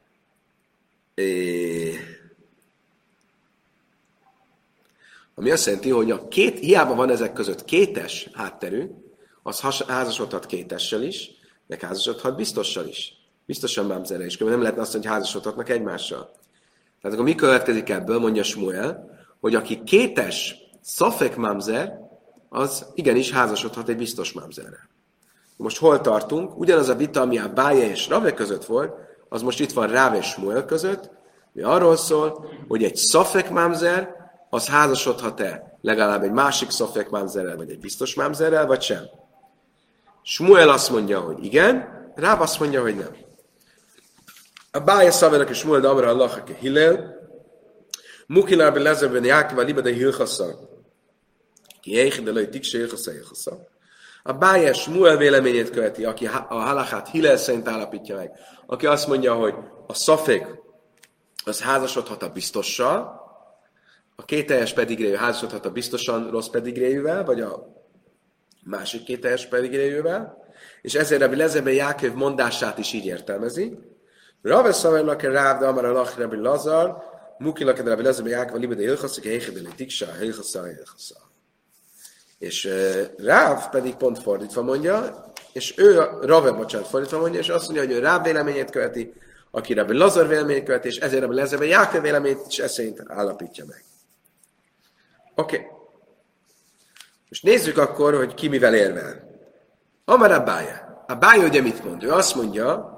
ami azt jelenti, hogy hiába van ezek között kétes hátterű, az házasodhat kétessel is, meg házasodhat biztossal is. Biztosan mámzerre is. Nem lehetne azt, hogy házasodhatnak egymással. Tehát akkor mi következik ebből, mondja Smuel, hogy aki kétes szafek mámzer, az igenis házasodhat egy biztos mámzerrel. Most hol tartunk? Ugyanaz a vita, ami a Báje és Rave között volt, az most itt van Ráv és Smuel között, mi arról szól, hogy egy szafek mámzer, az házasodhat-e legalább egy másik szafek mámzerrel, vagy egy biztos mámzerrel, vagy sem. Smuel azt mondja, hogy igen, Ráv azt mondja, hogy nem. A Báje szaverak és Smuel de Amra Allah ke Hillel, Mukilár ben Lezerben Jákiva liba de Hilchassa, ki éjjel előtt tikse Hilchassa. A Báje Smuel véleményét követi, aki a halachát Hillel szerint állapítja meg, aki azt mondja, hogy a szafek az házasodhat a biztossal, a kételjes pedigréjű házasodhat a biztosan rossz pedigréjűvel, vagy a másik kételjes pedigréjűvel, és ezért Rabbi Lezerben Jáköv mondását is így értelmezi. Rave szavarnak a Ráv, de amara lach Rabbi Lazar, mukilak Rabbi Lezerben Jáköv a libede hilchaszak, a héchedeli tiksa, a hilchasza. És Ráv pedig pont fordítva mondja, és Rave, fordítva mondja, és azt mondja, hogy ő Ráv véleményét követi, aki Rabbi Lazar véleményét követi, és ezért Rabbi Lezerben Jáköv véleményét is ezt szerint állapítja meg. Oké. Most nézzük akkor, hogy ki mivel érvel. Amar a Báje. A Báje ugye mit mond? Ő azt mondja,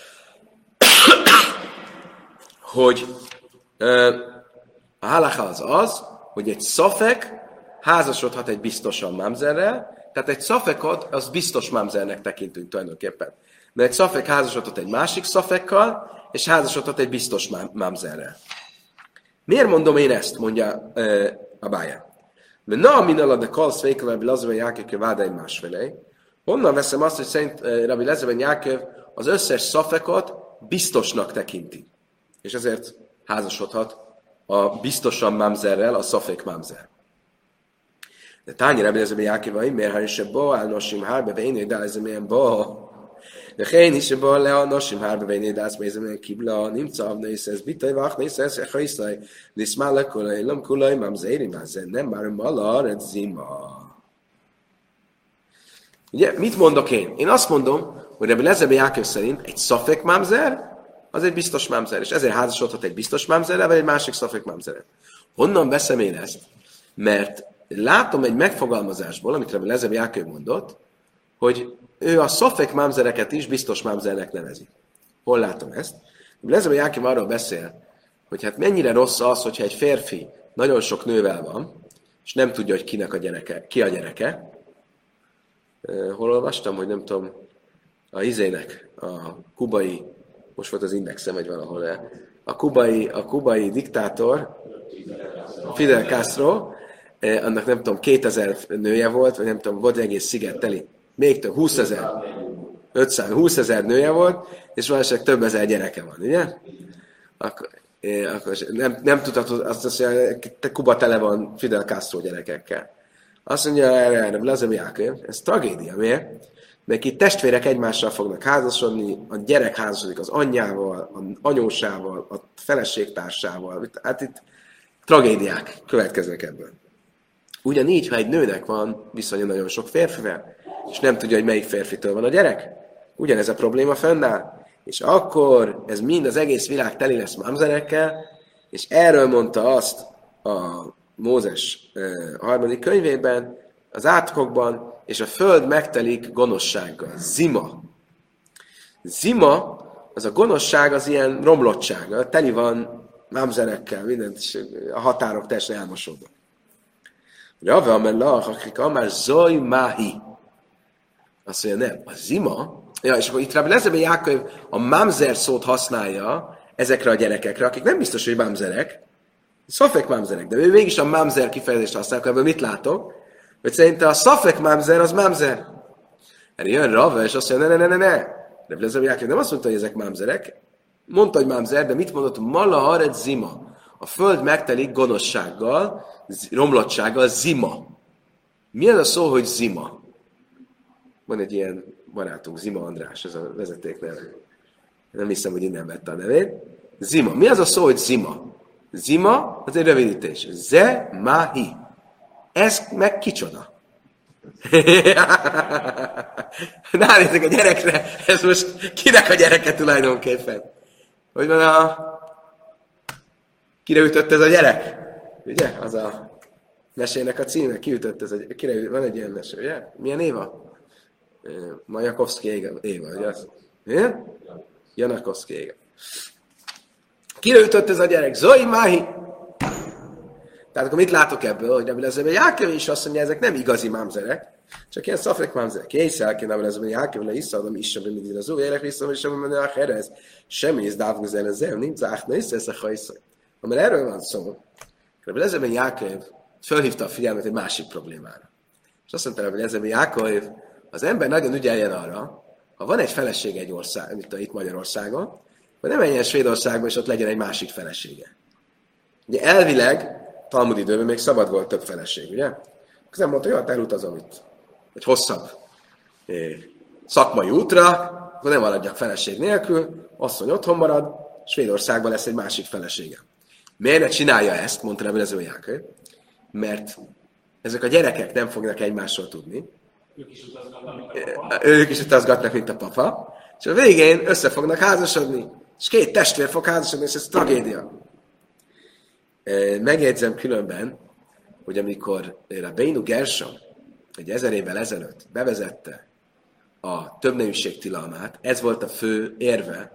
hogy a halacha az, hogy egy szafek házasodhat egy biztosan mámzerrel, tehát egy szafekot az biztos mámzernek tekintünk tulajdonképpen. Mert egy szafek házasodhat egy másik szafekkal, és házasodhat egy biztos mámzerrel. Miért mondom én ezt, mondja a Báje? Mert na, min alad a kalsz vékel, Rabbi Lezerben Jáköv váda egy másfelé. Honnan veszem azt, hogy szerint Rabbi Lezerben Jáköv az összes szafekot biztosnak tekinti. És ezért házasodhat a biztosan mámzerrel, a szafek mámzer. De tányi Rabbi Lezerben Jáköv, miért hár is a ba, áll nosim hárbe, ve én ez milyen ba. De én is a ba, le a nosim hárbe, ve én ez milyen kibla, nimca avna, és ez bitaj vach, és ez a hajszaj, liszmála kulaj, lam kulaj, mámzeri mámzer, nem már malar, ez zima. Ugye, mit mondok én? Én azt mondom, hogy Rabbi Lezerben Jáköv szerint egy szafek mámzer, az egy biztos mámzer, és ezért házasodhat egy biztos mámzerrel, vagy egy másik szafek mámzerrel. Honnan veszem én ezt? Mert látom egy megfogalmazásból, amit Rabbi Lezerben Jáköv mondott, hogy ő a szafek mámzereket is biztos mámzernek nevezi. Hol látom ezt? Rabbi Lezerben Jáköv arról beszél, hogy hát mennyire rossz az, hogyha egy férfi nagyon sok nővel van, és nem tudja, hogy ki a gyereke. Hol olvastam, hogy nem tudom, a kubai, most volt az Indexem, vagy valahol, a kubai diktátor, Fidel Castro, annak nem tudom, 2000 nője volt, vagy nem tudom, volt egész sziget teli, még több, 20 000 nője volt, és valószínűleg több ezer gyereke van, ugye? Akkor nem tudhatod, azt mondja, Kuba tele van Fidel Castro gyerekekkel. Azt mondja erre Lezerben Jáköv, ez tragédia, miért? Mert itt testvérek egymással fognak házasodni, a gyerek házasodik az anyjával, az anyósával, a feleségtársával. Hát itt tragédiák következnek ebből. Ugyanígy, ha egy nőnek van viszonya nagyon sok férfivel, és nem tudja, hogy melyik férfitől van a gyerek, ugyanez a probléma fennáll. És akkor ez mind az egész világ teli lesz mámzerekkel, és erről mondta azt a Mózes harmadik könyvében, az átkokban, és a föld megtelik gonoszsággal. Zima. Zima, az a gonoszság, az ilyen romlottság. Teli van mámzerekkel, mindent, a határok teljesen elmosódnak. Rave amellach, akik amár zoj máhi. Azt mondja, nem, a zima, ja, és akkor itt Rabbi Lezerben Jáköv a mámzer szót használja ezekre a gyerekekre, akik nem biztos, hogy mámzerek, szafek mámzerek, de ő mégis a mámzer kifejezést használják, ebből mit látok? Hogy szerintem a szafek mámzer az mámzer. Erre jön Rave, és azt mondja, ne. Rabbi Lezerben Jáköv nem azt mondta, hogy ezek mámzerek. Mondta, hogy mámzer, de mit mondott? Mala hared zima. A föld megtelik gonoszsággal, romlottsággal, zima. Mi az a szó, hogy zima? Van egy ilyen barátunk, Zima András, ez a vezetékneve. Nem hiszem, hogy innen vette a nevét. Zima. Mi az a szó, hogy Zima? Zima az egy rövidítés. Ze-ma-hi. Ez meg kicsoda? Ránézek a gyerekre, ez most kinek a gyereke tulajdonképpen? Hogy van kire ütött ez a gyerek? Ugye? Az a mesének a címe. Ki ütött ez a gyerek? Van egy ilyen mesé, ugye? Milyen Éva? Majakovszki Éva, ugye az? Igen? Janakovszki Éva. Kire ütött ez a gyerek? Zoi Máhi! Tehát akkor mit látok ebből? Hogy Rabbi Eliezer ben Jákov is azt mondja, ezek nem igazi mámzerek, csak ilyen szafrek mámzerek. Észre kell Rabbi Eliezer ben Jákov, le iszadom is sem mindig az élek vissza, és sem menni a herez. Semmi is dávunk ezzel, nincs áhna, ez a hajszaj. Amely erről van szó, Rabbi Eliezer ben Jákov felhívta a figyelmet egy másik problémára. És azt mondta Rabbi Eliezer ben Jákov, az ember nagyon ügyeljen arra, ha van egy feleség egy ország, mint itt Magyarországon, hogy ne menjen Svédországba, és ott legyen egy másik felesége. Ugye elvileg, Talmud időben még szabad volt több feleség, ugye? Az nem mondta, hogy hát elutazom itt egy hosszabb szakmai útra, akkor nem maradjak feleség nélkül, asszony otthon marad, Svédországban lesz egy másik felesége. Miért ne csinálja ezt, mondta Rabbi Eliezer ben Jákov? Mert ezek a gyerekek nem fognak egymásról tudni. Ők is utazgatnak, mint a papa. És a végén össze fognak házasodni. És két testvér fog házasodni, és ez tragédia. Megjegyzem különben, hogy amikor Rabbeinu Gershom egy 1000 évvel ezelőtt bevezette a többneműség tilalmát, ez volt a fő érve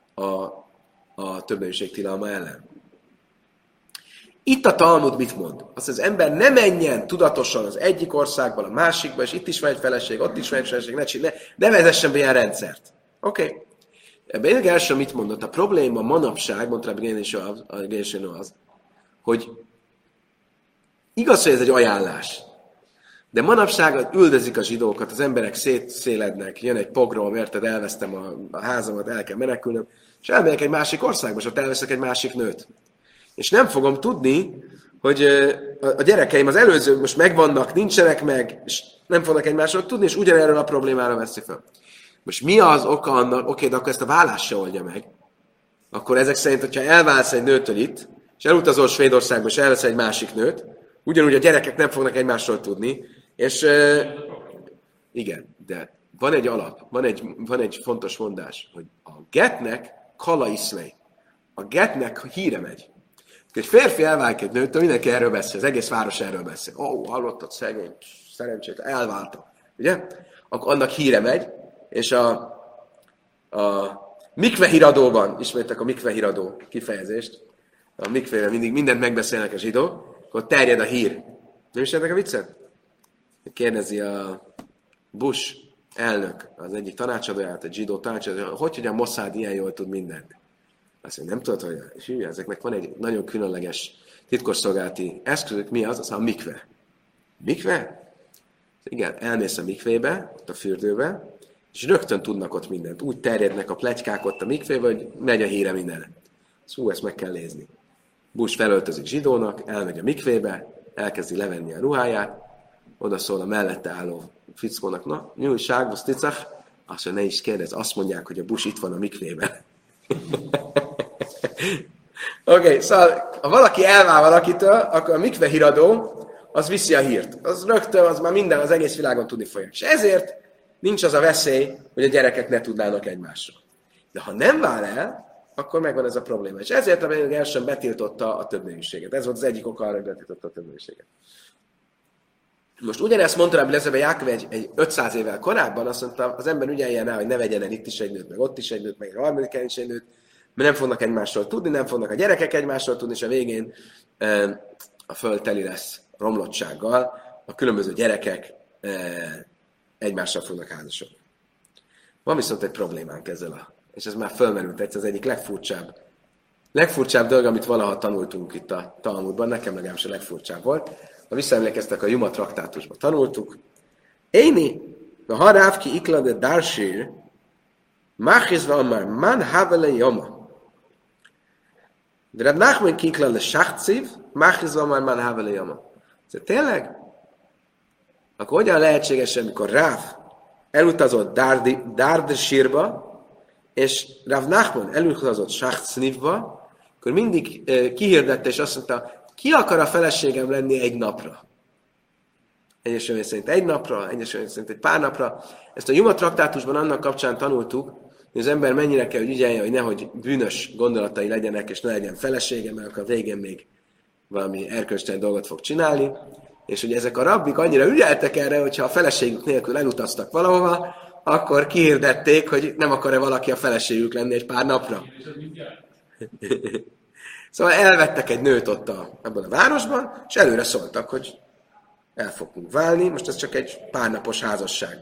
a többneműség tilalma ellen. Itt a Talmud mit mond? Azt az ember ne menjen tudatosan az egyik országból a másikba, és itt is van egy feleség, ott is van egy feleség, ne vezessen be ilyen rendszert. Oké. Okay. Ebben Gershom mit mondott? A probléma manapság, mondta Rabbi Gershom az, hogy igaz, hogy ez egy ajánlás, de manapság üldözik a zsidókat, az emberek szétszélednek, jön egy pogrom, érted, elvesztem a házamat, el kell menekülnöm, és elmegyek egy másik országba, és ott elveszek egy másik nőt. És nem fogom tudni, hogy a gyerekeim az előző most megvannak, nincsenek meg, és nem fognak egymásról tudni, és ugyanerről a problémára veszi fel. Most mi az oka annak, oké, de akkor ezt a vállás se oldja meg. Akkor ezek szerint, hogyha elválsz egy nőtől itt, és elutazol Svédországba, és elvesz egy másik nőt, ugyanúgy a gyerekek nem fognak egymásról tudni, és igen, de van egy alap, van egy fontos mondás, hogy a getnek kala iszlej. A getnek híre megy. Egy férfi elválik egy nőtől, mindenki erről beszél, az egész város erről beszél. Hallottad, szegény, szerencsét, elváltam. Ugye? Akkor annak híre megy, és a mikvehiradóban, ismertek a mikvehiradó kifejezést, a mikvében mindig mindent megbeszélnek a zsidók, akkor terjed a hír. Nem ismertek a viccet? Kérdezi a Bush elnök, az egyik tanácsadóját, egy zsidó tanácsadóját, hogy a Mossad ilyen jól tud mindent. Azt mondja, nem tudod, hogy ezeknek van egy nagyon különleges titkosszolgálati eszközük, mi az? Azt mondja, a mikve. Mikve? Igen, elmész a mikvébe, ott a fürdőbe, és rögtön tudnak ott mindent. Úgy terjednek a pletykák ott a mikvébe, hogy megy a híre mindenre. Ezt meg kell nézni. Bush felöltözik zsidónak, elmegy a mikvébe, elkezdi levenni a ruháját, oda szól a mellette álló fickónak, na, mi újság, azt ticach? Azt mondja, ne is kérdez, azt mondják, hogy a Bush itt van a mikvében. Oké, szóval, ha valaki elvál valakitől, akkor a mikve híradó, az viszi a hírt. Az rögtön, az már minden, az egész világon tudni fogják. És ezért nincs az a veszély, hogy a gyerekek ne tudnának egymásról. De ha nem vál el, akkor megvan ez a probléma. És ezért a Gershom betiltotta a többneműséget. Ez volt az egyik oka arra, hogy betiltotta a többneműséget. Most ugyanezt mondta Rabbi Eliezer ben Jákov egy 500 évvel korábban, azt mondta, az ember ügyeljen rá, hogy ne vegyen el itt is egy nőt, meg ott is egy nőt, meg a harmadikán is egy nőt, mert nem fognak egymásról tudni, nem fognak a gyerekek egymásról tudni, és a végén a föld teli lesz romlottsággal, a különböző gyerekek egymással fognak házasodni. Van viszont egy problémánk ezzel, és ez már fölmerült, ez az egyik legfurcsább dolog, amit valaha tanultunk itt a Talmudban, nekem legalábbis a legfurcsább volt. Ha visszaemlékeztek, a Juma traktátusban tanultuk. Éni, a harávki iklade dársír, máchizva amár man havele joma. De Reb Nachman ki iklade sáhtszív, máchizva amár man havele joma. Tényleg? Akkor hogyan lehetséges, amikor Ráv elutazott Dárdasírba, és Rav Nachman elutazott Sachcnivba, akkor mindig kihirdette, és azt mondta, ki akar a feleségem lenni egy napra? Egyes olyan szerint egy napra, egyes olyan szerint egy pár napra. Ezt a Juma traktátusban annak kapcsán tanultuk, hogy az ember mennyire kell, hogy ügyelje, hogy nehogy bűnös gondolatai legyenek, és ne legyen felesége, mert akkor a végén még valami erkölcstelen dolgot fog csinálni. És hogy ezek a rabbik annyira ügyeltek erre, hogyha a feleségük nélkül elutaztak valahova, akkor kihirdették, hogy nem akar-e valaki a feleségük lenni egy pár napra. Szóval elvettek egy nőt ott abban a városban, és előre szóltak, hogy el fogunk válni, most ez csak egy párnapos házasság.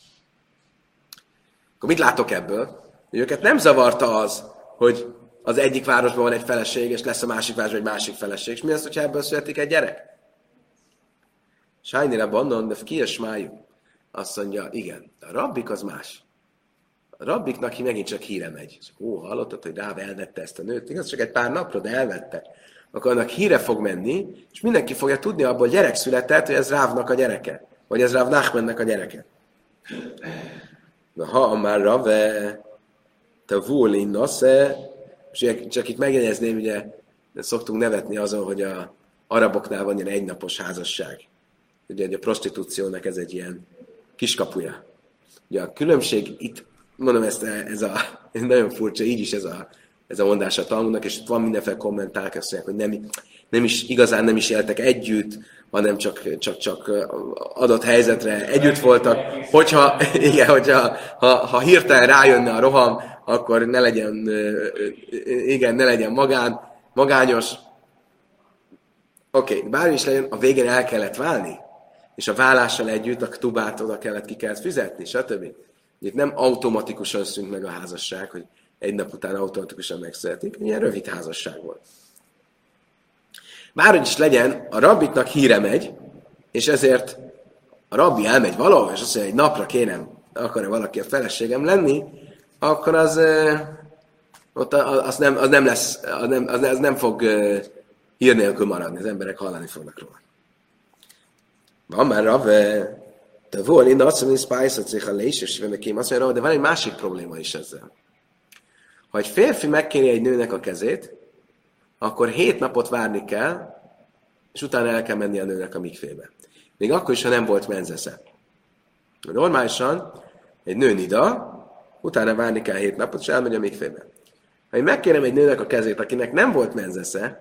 Akkor mit látok ebből? Hogy őket nem zavarta az, hogy az egyik városban van egy feleség, és lesz a másik városban egy másik feleség. És mi az, hogyha ebből születik egy gyerek? Sajnira bandon, de kiesmájú. Azt mondja, igen, a rabbik az más. A rabbiknak megint csak híre megy. Hallottad, hogy Ráv elvette ezt a nőt? Igaz, csak egy pár napra, de elvette. Akkor annak híre fog menni, és mindenki fogja tudni abból, gyerek született, hogy ez Rávnak a gyereke. Vagy ez Ráv Nachmannek a gyereke. Na, ha már Rave, te vólin nasze, és csak itt megjegyezném, ugye szoktunk nevetni azon, hogy a araboknál van ilyen egynapos házasság. Ugye a prostitúciónak ez egy ilyen kiskapuja. Ugye a különbség itt, mondom ez nagyon furcsa, így is ez a mondás a Talmudnak, és itt van mindenféle kommentárok, azt mondják, hogy nem is igazán nem is éltek együtt, hanem csak adott helyzetre együtt voltak. Ha hirtelen rájönne a roham, akkor ne legyen magányos. Oké, bármi is legyen, a végén el kellett válni, és a vállással együtt a ktubát oda ki kellett fizetni, stb. Itt nem automatikusan szűnt meg a házasság, hogy egy nap után automatikusan megszületik, ilyen rövid házasság volt. Bárhogy is legyen, a rabbiknak híre megy, és ezért a rabbi elmegy valahol, és azt mondja, hogy napra kérem, akar-e valaki a feleségem lenni, akkor az nem fog hír nélkül maradni, az emberek hallani fognak róla. Van már Rave, de volt, én azt mondom, hogy Spice-ot a lésős venekém, azt mondja, de van egy másik probléma is ezzel. Ha egy férfi megkéri egy nőnek a kezét, akkor 7 napot várni kell, és utána el kell menni a nőnek a mikvébe. Még akkor is, ha nem volt menzesze. Normálisan egy nő nida, utána várni kell 7 napot, és elmegy a mikvébe. Ha én megkérem egy nőnek a kezét, akinek nem volt menzesze,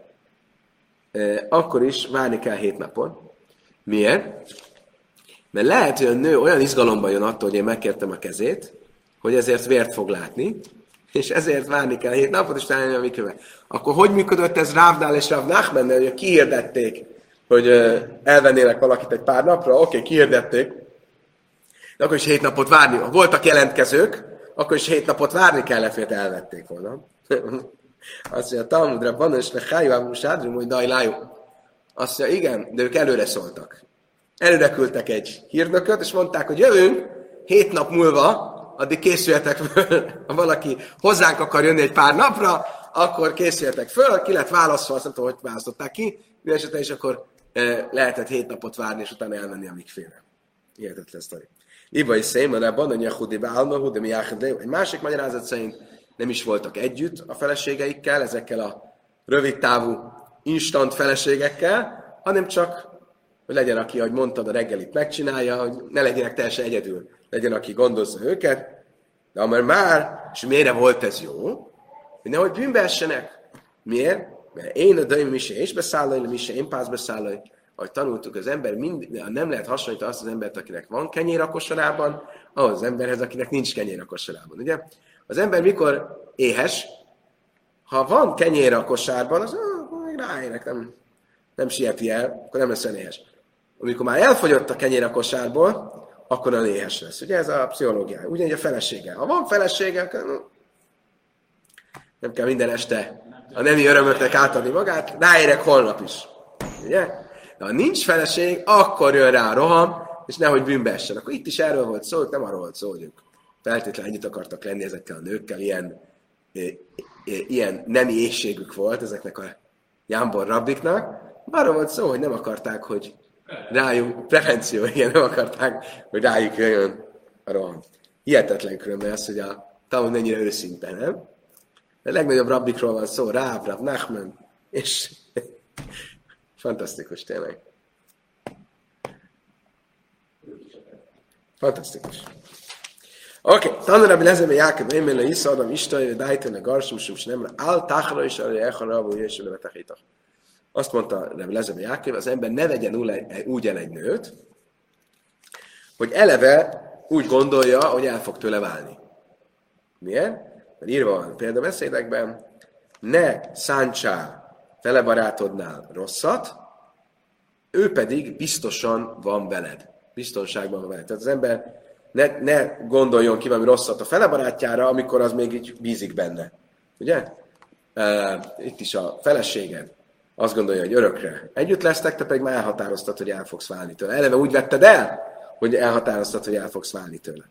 akkor is várni kell 7 napot. Miért? Mert lehet, hogy a nő olyan izgalomba jön attól, hogy én megkértem a kezét, hogy ezért vért fog látni, és ezért várni kell 7 napot, és találni a mikvébe. Akkor hogy működött ez Rávnál és Rav Nachmannel, hogy kihirdették, hogy elvennének valakit egy pár napra? Oké, kihirdették, de akkor is 7 napot várni. Ha voltak jelentkezők, akkor is 7 napot várni kellett, mert elvették volna. Azt mondja, Talmudra, Banos, Lechajú, Ámrusádrum, hogy Dajlájú. Azt mondja, igen, de ők előre szóltak. Előre küldtek egy hírnököt, és mondták, hogy jövünk 7 nap múlva, addig készüljetek föl, ha valaki hozzánk akar jönni egy pár napra, akkor készüljetek föl, ki lett választva, azt nem tudom, hogy választották ki, mindesetre is akkor lehetett 7 napot várni, és utána elmenni a mikféle. Hihetetlen sztori. Ibai szépen, abban a Yehudi Bálma, de mi egy másik magyarázat szerint nem is voltak együtt a feleségeikkel, ezekkel a rövid távú instant feleségekkel, hanem csak, hogy legyen, aki, ahogy mondtad, a reggelit megcsinálja, hogy ne legyenek teljesen egyedül, legyen, aki gondozza őket, de már, és miért volt ez jó? Hogy nehogy bűnbe essenek. Miért? Mert én a döim mise és beszállai, mise én pász beszállai, ahogy tanultuk, az ember nem lehet hasonlítani azt az embert, akinek van kenyér a kosarában, ahhoz az emberhez, akinek nincs kenyér a kosarában. Ugye? Az ember mikor éhes, ha van kenyér a kosárban, az ráérek, nem sieti el, akkor nem lesz olyan éhes. Amikor már elfogyott a kenyér a kosárból, akkor olyan éhes lesz. Ugye ez a pszichológia. Ugyanígy a felesége. Ha van felesége, akkor nem kell minden este a nemi örömöknek átadni magát, ráérek holnap is. Ugye? De ha nincs feleség, akkor jön rá a roham, és nehogy bűnbe essen. Akkor itt is erről volt szó, nem arról volt szó, hogy ők feltétlenül együtt akartak lenni ezekkel a nőkkel, ilyen nemi éhségük volt ezeknek a jámbor rabbiknak. Arról volt szó, hogy nem akarták, hogy rájuk, prevenció, igen, nem akarták, hogy rájuk jön arra van. Hihetetlen különben az, hogy a Talmud mennyire őszinte, nem? A legnagyobb rabbikról van szó, Ráv, Nachman, és fantasztikus tényleg. Fantasztikus. Oké, Tanul Rabbi Eliezer ben Jákob, Émel Isza, Adam Istai, Dájten, a Garsom, Sums, nem Al Tachra is, arra Echara, Abu Jeső, Levetachitach. Azt mondta Rabbi Eliezer ben Jákob, az ember ne vegyen úgy el egy nőt, hogy eleve úgy gondolja, hogy el fog tőle válni. Miért? Mert írva van példabeszédekben, ne szántsál fele barátodnál rosszat, ő pedig biztosan van veled. Biztonságban van veled. Tehát az ember ne gondoljon ki valami rosszat a fele barátjára, amikor az még így bízik benne. Ugye? Itt is a feleséged azt gondolja, hogy örökre együtt lesztek, te pedig már elhatároztad, hogy el fogsz válni tőle. Eleve úgy vetted el, hogy elhatároztad, hogy el fogsz válni tőle.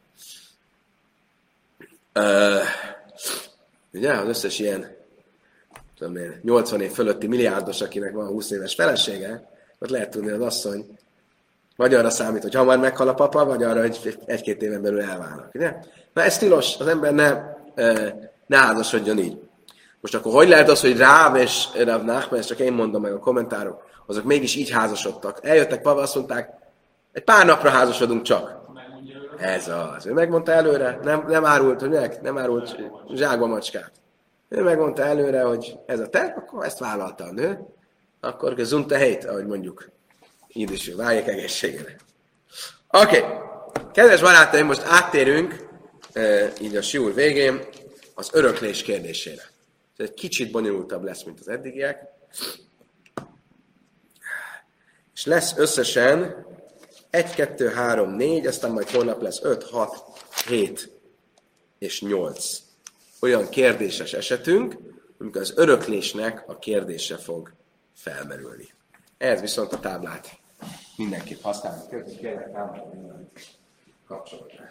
Ugye? Az összes ilyen 80 év fölötti milliárdos, akinek van 20 éves felesége, ott lehet tudni, az asszony vagy arra számít, hogy hamar meghal a papa, vagy arra, hogy egy-két éven belül elválnak. Ugye? Na ez tilos, az ember ne házasodjon így. Most akkor hogy lehet az, hogy Ráv és Rav Nachman, ezt csak én mondom meg a kommentárok, azok mégis így házasodtak. Eljöttek papa, azt mondták, egy pár napra házasodunk csak. Ez az. Ő megmondta előre, nem árult, hogy nem árult zsákba macskát. Ő megmondta előre, hogy ez a terv, akkor ezt vállalta a nő, akkor gezunte helyt, ahogy mondjuk. Ídisül, váljék egészségére. Oké. Kedves barátaim, most áttérünk, így a siúr végén, az öröklés kérdésére. Ez egy kicsit bonyolultabb lesz, mint az eddigiek. És lesz összesen 1, 2, 3, 4, aztán majd holnap lesz 5, 6, 7 és 8. Olyan kérdéses esetünk, amikor az öröklésnek a kérdése fog felmerülni. Ehhez viszont a táblát mindenképp használni. Kérlek, táblát minden kapcsolatban.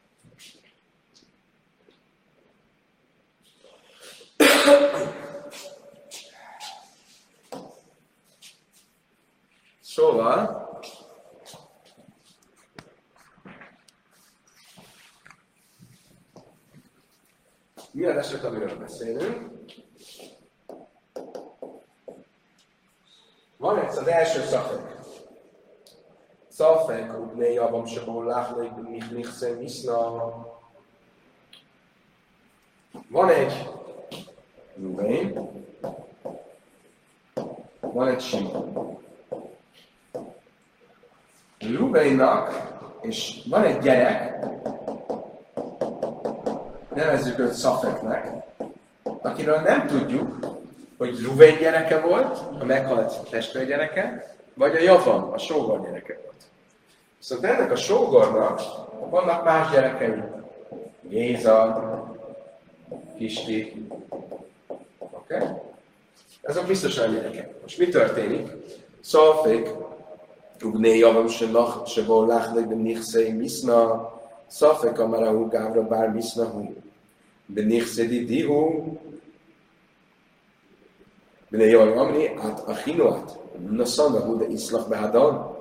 Szóval, mi az eset, amiről beszélünk? Van ez az első szafek. Szafek, ubné javam sebó láhlai, michnichszen viszna. Van egy Ruvén, van egy Simon. Ruvénnak, és van egy gyerek, nevezzük őt Szafeknek, akiről nem tudjuk, hogy Ruvén gyereke volt, a meghalt testvérgyereke, vagy a Javam, a sógor gyereke volt. Viszont ennek a sógornak vannak más gyerekei. Géza, Kisti, oké? Ezek biztosan gyerekek. Most mi történik? Szafek, Ubné Javam se vol láchnek, de nichszei miszna, Szafek amarahu gávra bár misznahu, de nichszedi dihu, Bine jól amni, át a hinoat, na szandahu, de iszlak behadan.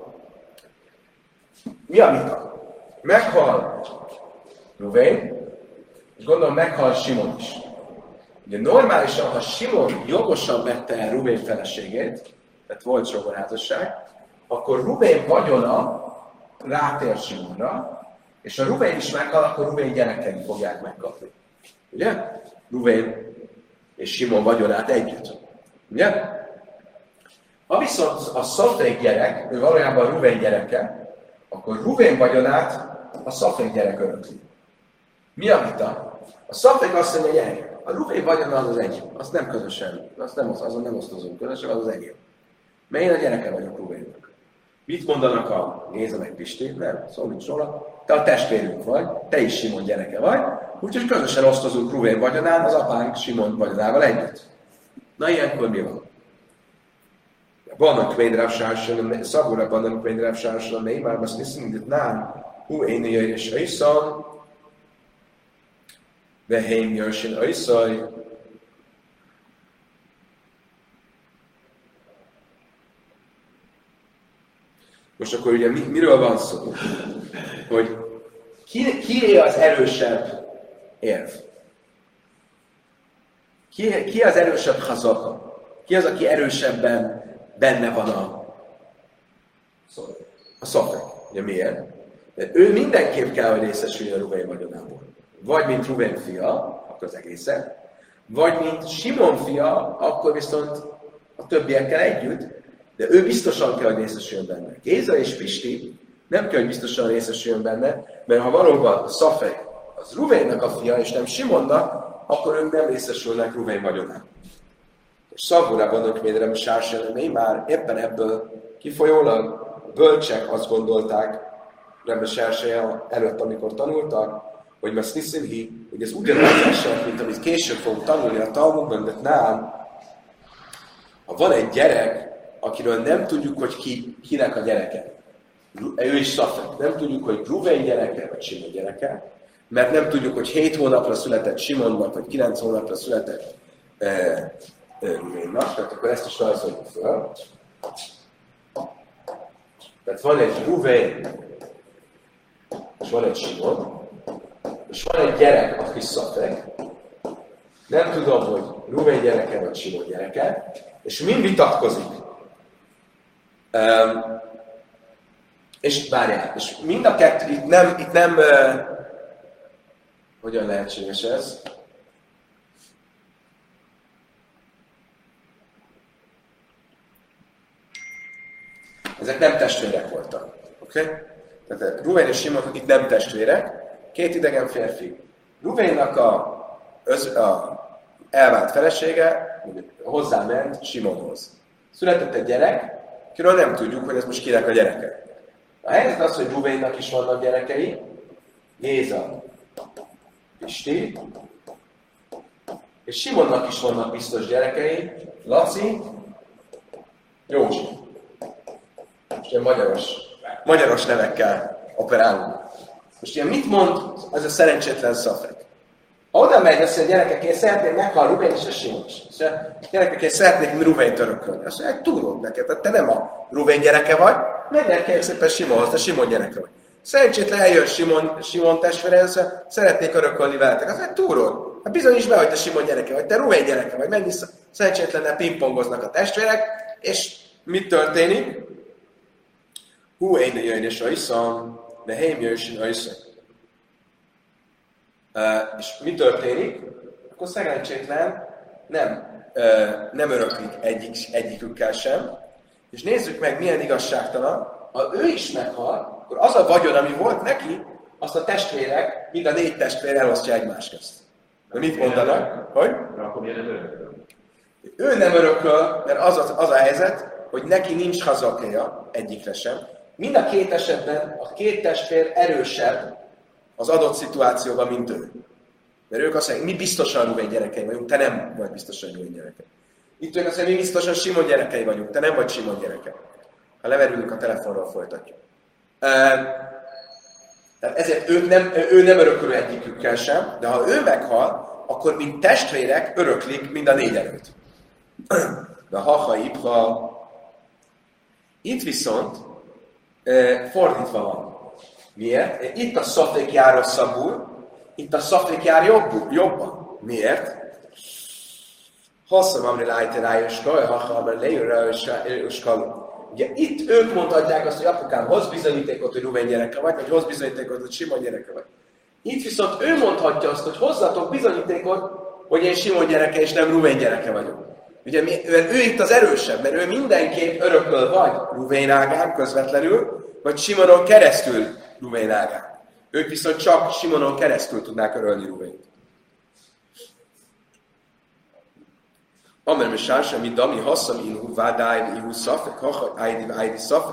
Mi a vita? Meghal Ruvén, és gondolom meghal Simon is. Ugye normálisan, ha Simon jogosan vette el Ruvén feleségét, tehát volt sógorházasság, akkor Ruvén vagyona rátér Simonra, és ha Ruvén is meghal, akkor Ruvén gyerekei fogják megkapni. Ugye? Ruvén és Simon vagyonát együtt. Ugye? Ha viszont a Szafek gyerek, ő valójában Ruvén gyereke, akkor Ruvén vagyonát a Szafek gyerek örökli. Mi a vita? A Szafek azt mondja, gyerek, a Ruvén vagyona az enyém, azt nem közösen, azon nem osztozunk közösen, az az enyém. Mert én a gyereke vagyok Ruvénnak. Mit mondanak a Géza meg Pisti? Nem, szó nincs róla. Te a testvérünk vagy, te is Simon gyereke vagy, úgyhogy közösen osztozunk Ruvén vagyonán az apánk Simon vagyonával együtt. Na ilyenkor mi van? Vannak kvédráv szagúra vannak kvédráv sársön, de már azt hiszem, hogy nál, én jöjj és öjszal, de hém jöjjön öjszaj. Most akkor ugye miről van szó? Hogy Ki az erősebb érv? Ki az erősebb hazaka? Ki az, aki erősebben benne van a szafek? Ugye miért? De ő mindenképp kell, hogy részesüljön a Ruvén vagyonából. Vagy mint Ruvén fia, akkor az egészen, vagy mint Simon fia, akkor viszont a többiekkel együtt, de ő biztosan kell, hogy részesüljön benne. Géza és Pisti nem kell, hogy biztosan részesüljön benne, mert ha valóban a Szafek az Ruvénnak a fia, és nem Simonnak, akkor ők nem részesülnek Ruvén vagyonán. És Szavúrában nökmédrem sárselemény már éppen ebből kifolyólag bölcsek azt gondolták, Rebbe Sársaja előtt, amikor tanultak, hogy Mesz Niszimhi, hogy ez ugyanaz eset, mint amit később fogunk tanulni a Talmudban, de nem. Ha van egy gyerek, akiről nem tudjuk, hogy kinek a gyereke, ő is Szafek, nem tudjuk, hogy Ruvén gyereke, vagy Simon gyereke, mert nem tudjuk, hogy 7 hónapra született Simonnak, vagy 9 hónapra született Ruvénnak, tehát akkor ezt is rajzoljuk föl. Tehát van egy Ruvén, és van egy Simon, és van egy gyerek, aki Szafek. Nem tudom, hogy Ruvén gyereke vagy Simon gyereke, és mind vitatkozik. És várjál, és mind a kettő, itt nem hogyan lehetséges ez? Ezek nem testvérek voltak. Oké? Okay? Tehát Ruvén és Simon itt nem testvérek, két idegen férfi. Ruvénnak a elvált felesége hozzáment Simonhoz. Született egy gyerek, akiről nem tudjuk, hogy ez most kinek a gyereke. A helyzet az, hogy Ruvénnak is vannak gyerekei, Géza, Pisti, és Simonnak is vannak biztos gyerekei, Laci, Józsi. És ilyen magyaros nevekkel operálunk. Most ilyen mit mond ez a szerencsétlen Szafek? Ha oda megy, azt mondja, gyerekek, én szeretném meghalni Ruvén és a Simon is. Gyerekek, én szeretnék Ruvént örökölni. Azt mondja, tudod neked, tehát te nem a Ruvén gyereke vagy, menjél kérlek szépen Simonhoz, te Simon gyereke vagy. Szerencsétlen eljön Simon testvére, szeretnék örökölni veletek. Azt mondja, tudod, hát bizonyíts be, hogy te Simon gyereke vagy, te Ruvén gyereke vagy. Menj vissza, szerencsétlennel pingpongoznak a testvérek, és mit történik? Én jöjjön és ajszam, de hém jöjjön ajszam. És mi történik? Akkor szerencsétlen nem öröklik egyikükkel sem. És nézzük meg, milyen igazságtalan. Ha ő is meghal, akkor az a vagyon, ami volt neki, azt a testvérek, mind a 4 testvér elosztja egymás közt. De mit mondanak? Hogy? Ő nem örököl, mert az a helyzet, hogy neki nincs hazakéja egyikre sem. Mind a 2 esetben a 2 testvér erősebb az adott szituációban, mint ő. Mert ők azt mondják, mi biztosan Ruvén gyerekei vagyunk, te nem vagy biztosan Ruvén gyereke. Itt ők azt mondják, mi biztosan Simon gyerekei vagyunk, te nem vagy Simon gyereke. Ha leverülünk a telefonról, folytatjuk. Tehát ezért ő nem örökölő egyikükkel sem, de ha ő meghal, akkor mint testvérek öröklik mind a 4 előtt. De ha itt viszont fordítva van. Miért? Itt a Szafék jár rosszabbul, itt a Szafék jár jobban. Miért? Hosszam, amri lájte rájöskal, ha lejön ugye itt ők mondhatják azt, hogy apukám, hoz bizonyítékot, hogy Ruvén gyereke vagy hoz bizonyítékot, hogy Simon gyereke vagy. Itt viszont ő mondhatja azt, hogy hozzatok bizonyítékot, hogy én Simon gyereke és nem Ruvén gyereke vagyok. Ugye, mert ő itt az erősebb, mert ő mindenképp örököl vagy Ruvén ágán közvetlenül, vagy Simonon keresztül Ruvén ágán. Ők viszont csak Simonon keresztül tudnák örölni Ruvént. Amerem és sársa, mi dami hasszam inhu vádáid ihu szafek, haha ájdi szafek.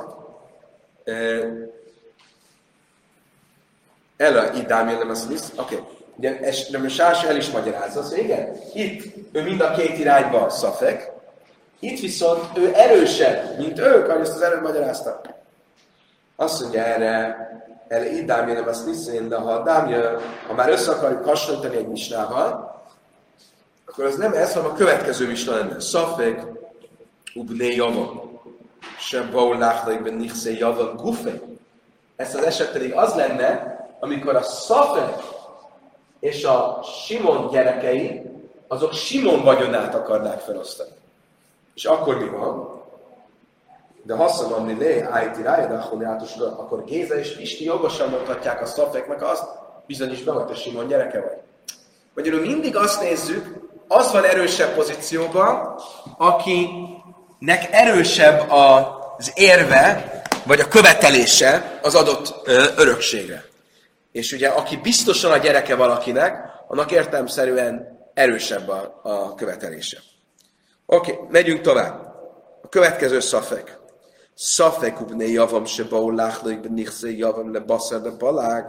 Ela idám jelen azt hisz. Oké. Ugye, de sársa el is magyarázza, szóval igen, itt ő mind a 2 irányba Szafek, itt viszont ő erősebb, mint ők, ahogy ezt az előbb magyarázta. Azt mondja erre idám jelen azt hisz, de ha már össze akarjuk hasonlítani egy misnával, akkor az nem ez, hanem a következő misna lenne. Szafek, ubné java, sem baul láchtaikben nichszé java gufé. Ezt az eset pedig az lenne, amikor a Szafek és a Simon gyerekei, azok Simon vagyonát akarnák felosztani. És akkor mi van? De haszonamni lé, ájti rájad, akkor Géza és Pisti jogosan mondhatják a Szafeknek azt, bizonyos be, hogy te Simon gyereke vagy. Magyarul mindig azt nézzük, az van erősebb pozícióban, akinek erősebb az érve, vagy a követelése az adott örökségre. És ugye, aki biztosan a gyereke valakinek, annak értelemszerűen erősebb a követelése. Oké, megyünk tovább. A következő Szafek. Szafek ubné javam se baulláchlóik benichszé javam le basszar de palág.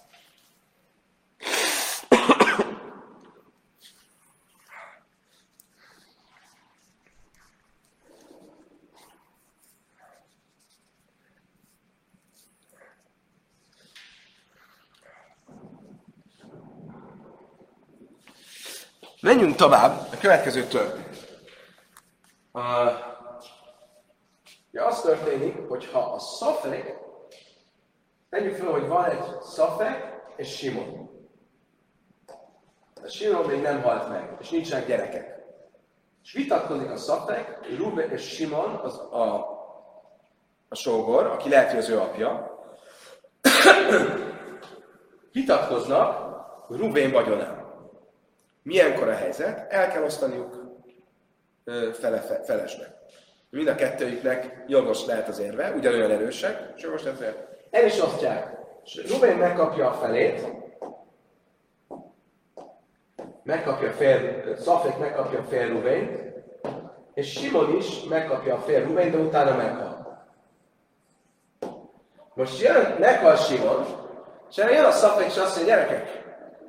Menjünk tovább a következő történet. Az történik, hogy ha a Szafek, tegyük fel, hogy van egy Szafek és Simon. A Simon még nem halt meg, és nincsenek gyerekek. És vitatkozik a Szafek, Ruben és Simon, az a sógor, aki lehet, hogy az ő apja. Vitatkoznak Rubén vagyonán. Milyenkor a helyzet? El kell osztaniuk felesbe. Mind a kettőjüknek jogos lehet az érve, ugyanolyan erősek, és jogos lehet az érve. El is osztják. Rubén megkapja a felét, Szafek megkapja a fél Rubént, és Simon is megkapja a fél Rubént, de utána meghal. Most meghal Simon, és jön a Szafek, és azt mondja, gyerekek,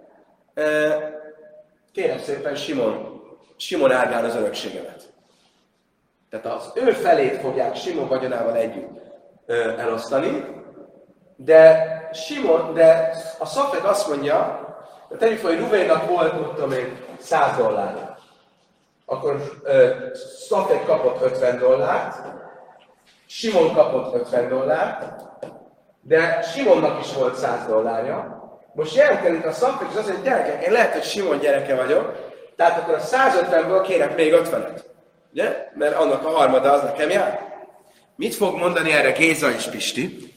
kérem szépen Simon ágál az örökségemet. Tehát az ő felét fogják Simon vagyonával együtt elosztani, de a Szafek azt mondja, de tegyük fel, hogy Rubénnak volt, mondtam én, $100. Akkor Szafek kapott $50, Simon kapott $50, de Simonnak is volt $100. Most jelentkezik a Szafek, és azt mondja, gyerekek, én lehet, hogy Simon gyereke vagyok, tehát akkor a 150-ből kérek még 50-et. Ugye? Mert annak a harmada az nekem jár. Mit fog mondani erre Géza és Pisti?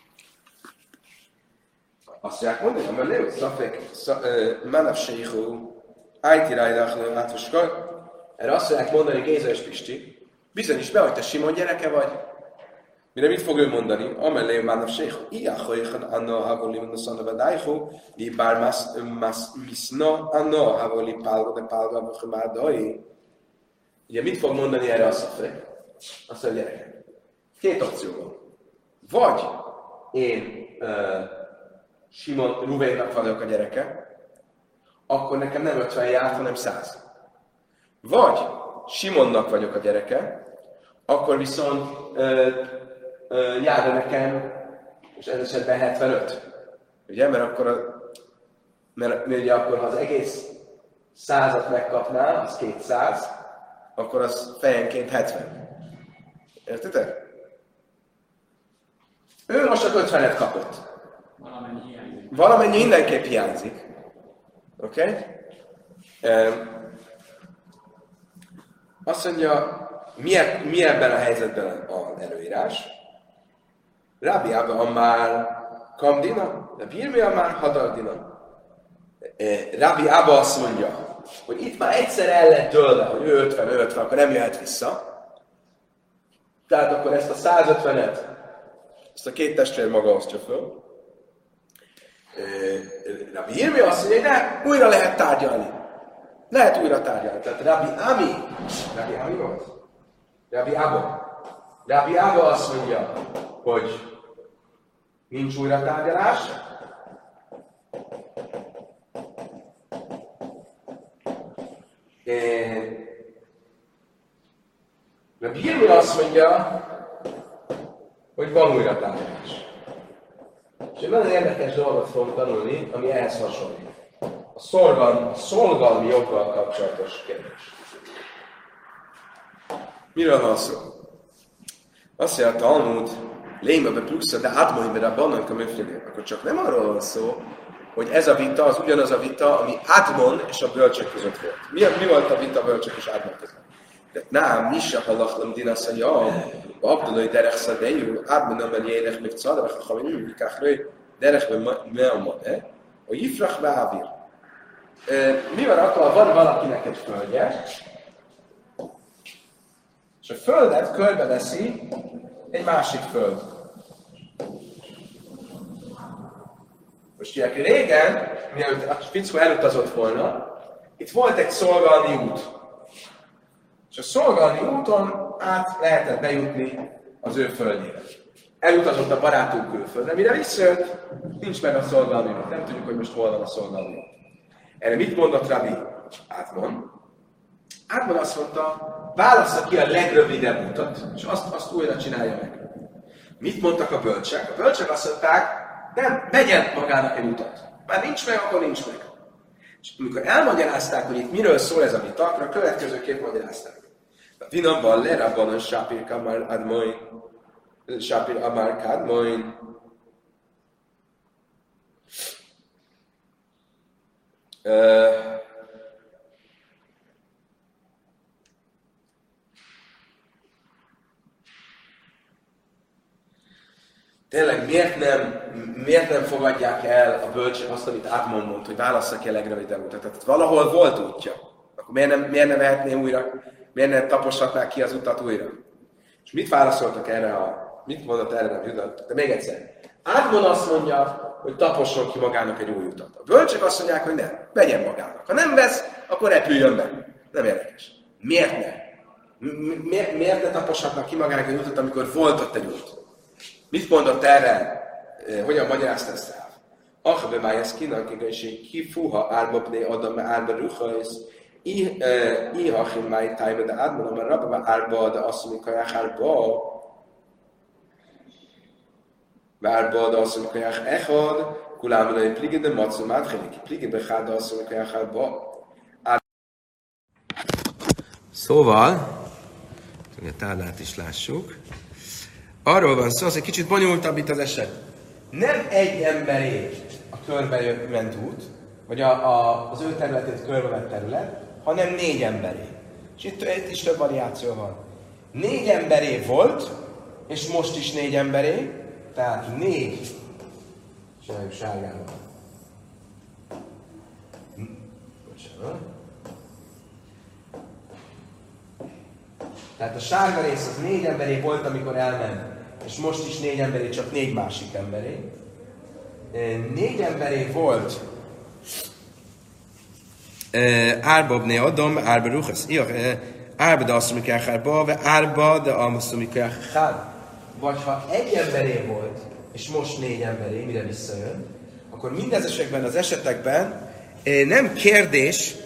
Azt fogják mondani, mert nem Szafek, Manafséhu, Ájtirájdachlő, Mátuskar. Erre azt fogják mondani Géza és Pisti. Bizonyos be, hogy te Simon gyereke vagy. Mire mit fog ő mondani? Amellé Manafséhu, Iáholyhan anna havoli munaszanna vadájhu, li bár miszna anna havoli pálga de pálga vökhemádai. Ugye mit fog mondani erre a Szafek? Azt mondja, gyerekek. 2 opció van. Vagy én Simon Rubénnak vagyok a gyereke, akkor nekem nem 50 jár, hanem 100. Vagy Simonnak vagyok a gyereke, akkor viszont jár nekem, és ez esetben 75. Ugye? Mert ugye akkor, ha az egész 100-at megkapná, az 200, akkor az fejenként 70. Értitek? Ő most csak 50-et kapott. Valamennyi mindenképp hiányzik. Oké? Azt mondja, mi ebben a helyzetben az előírás? Rabbi Abba Amár Kamdina, de Birmi Amár Hadardina. Rabbi Abba azt mondja, hogy itt már egyszer el lett dőlve, hogy ő 50, akkor nem jöhet vissza. Tehát akkor ezt a 150-et, ezt a 2 testvér maga osztja föl. Rabbi Hirmi azt mondja, hogy ne, újra lehet tárgyalni. Lehet újra tárgyalni. Tehát Rabbi Ami volt? Rabbi Abba azt mondja, hogy nincs újra tárgyalás. Rabbi Hirmi azt mondja, hogy van újra tárgyalás. És egy nagyon érdekes dolgot fogunk tanulni, ami ehhez hasonlít. A szolgalmi joggal kapcsolatos kérdés. Miről van szó? Azt mondja a Talmud, Léma pluszra, de átmondja a bannak a möfjénél. Akkor csak nem arról van szó, hogy ez a vita az ugyanaz a vita, ami Ádmon és a bölcsök között volt. Mi volt a vita a bölcsök és Ádmon között? De nem, mi se halachlam dinasz, hogy abdolói derech szadejű, Ádmon nem élek még cadrach, ha mi káhrőj, derechben meamad-e, a jifrach beávír. Mi van akkor, van valakinek egy földje, és a földet körbeveszi egy másik föld. Most ugye régen, mielőtt a fickó elutazott volna, itt volt egy szolgalmi út. És a szolgalmi úton át lehetett bejutni az ő földjére. Elutazott a barátunk külföldre, mire visszajött, nincs meg a szolgalmi út. Nem tudjuk, hogy most hol van a szolgalmi út. Erre mit mondott Rabbi Ádmon? Ádmon azt mondta, válassza ki a legrövidebb utat, és azt újra csinálja meg. Mit mondtak a bölcsek? A bölcsek azt mondták, nem, vegyen magának egy utat. Már nincs meg, akkor nincs meg. És amikor elmagyarázták, hogy itt miről szól ez a vita, akkor a következőképp magyarázták. Vinamban lerabban a Sápir Kamar Admoin, Sápir Amar Kadmoin. Tényleg miért nem fogadják el a bölcsek azt, amit Ádmon mondta, hogy válassza ki a legrövidebb utat? Tehát valahol volt útja. Akkor miért ne vehetné újra? Miért ne taposhatnák ki az utat újra? És mit válaszoltak erre mit mondott erre a judat? De még egyszer. Ádmon azt mondja, hogy taposson ki magának egy új utat. A bölcsek azt mondják, hogy nem, vegyen magának. Ha nem vesz, akkor repüljön be. Nem érdekes. Miért ne? Miért ne taposhatnak ki magának egy utat, amikor volt ott egy út? Mit mondott erre? Hogyan magyarázta ezt el? Achabe májeszkinak, és kifuha árbabné adam árba ruhajsz, ihachim máj tájba, de ádmondom, mert rabba árba, de azt mondjuk, hogy árba, várba, de azt mondjuk, hogy echad, kulámban egy pligé, de macum átchenik, pligé behád, de azt mondjuk, hogy árba. Szóval, a táblát is lássuk. Arról van szó, az egy kicsit bonyolultabb itt az eset. Nem egy emberé a körbe ment út, vagy az ő területét körbevett terület, hanem 4 emberé. És itt is több variáció van. 4 emberé volt, és most is 4 emberé, tehát 4, csináljuk sárgával. Bocsánat. Tehát a sárga rész az 4 emberé volt, amikor elment, és most is 4 emberé, csak 4 másik emberé. 4 emberé volt Árbabné adom, Árba ruhasz. Árba de azt mondjuk Árba, vagy Árba de azt mondjuk Árba. Vagy ha 1 emberé volt, és most 4 emberé, mire visszajön, akkor mindezekben az esetekben nem kérdés,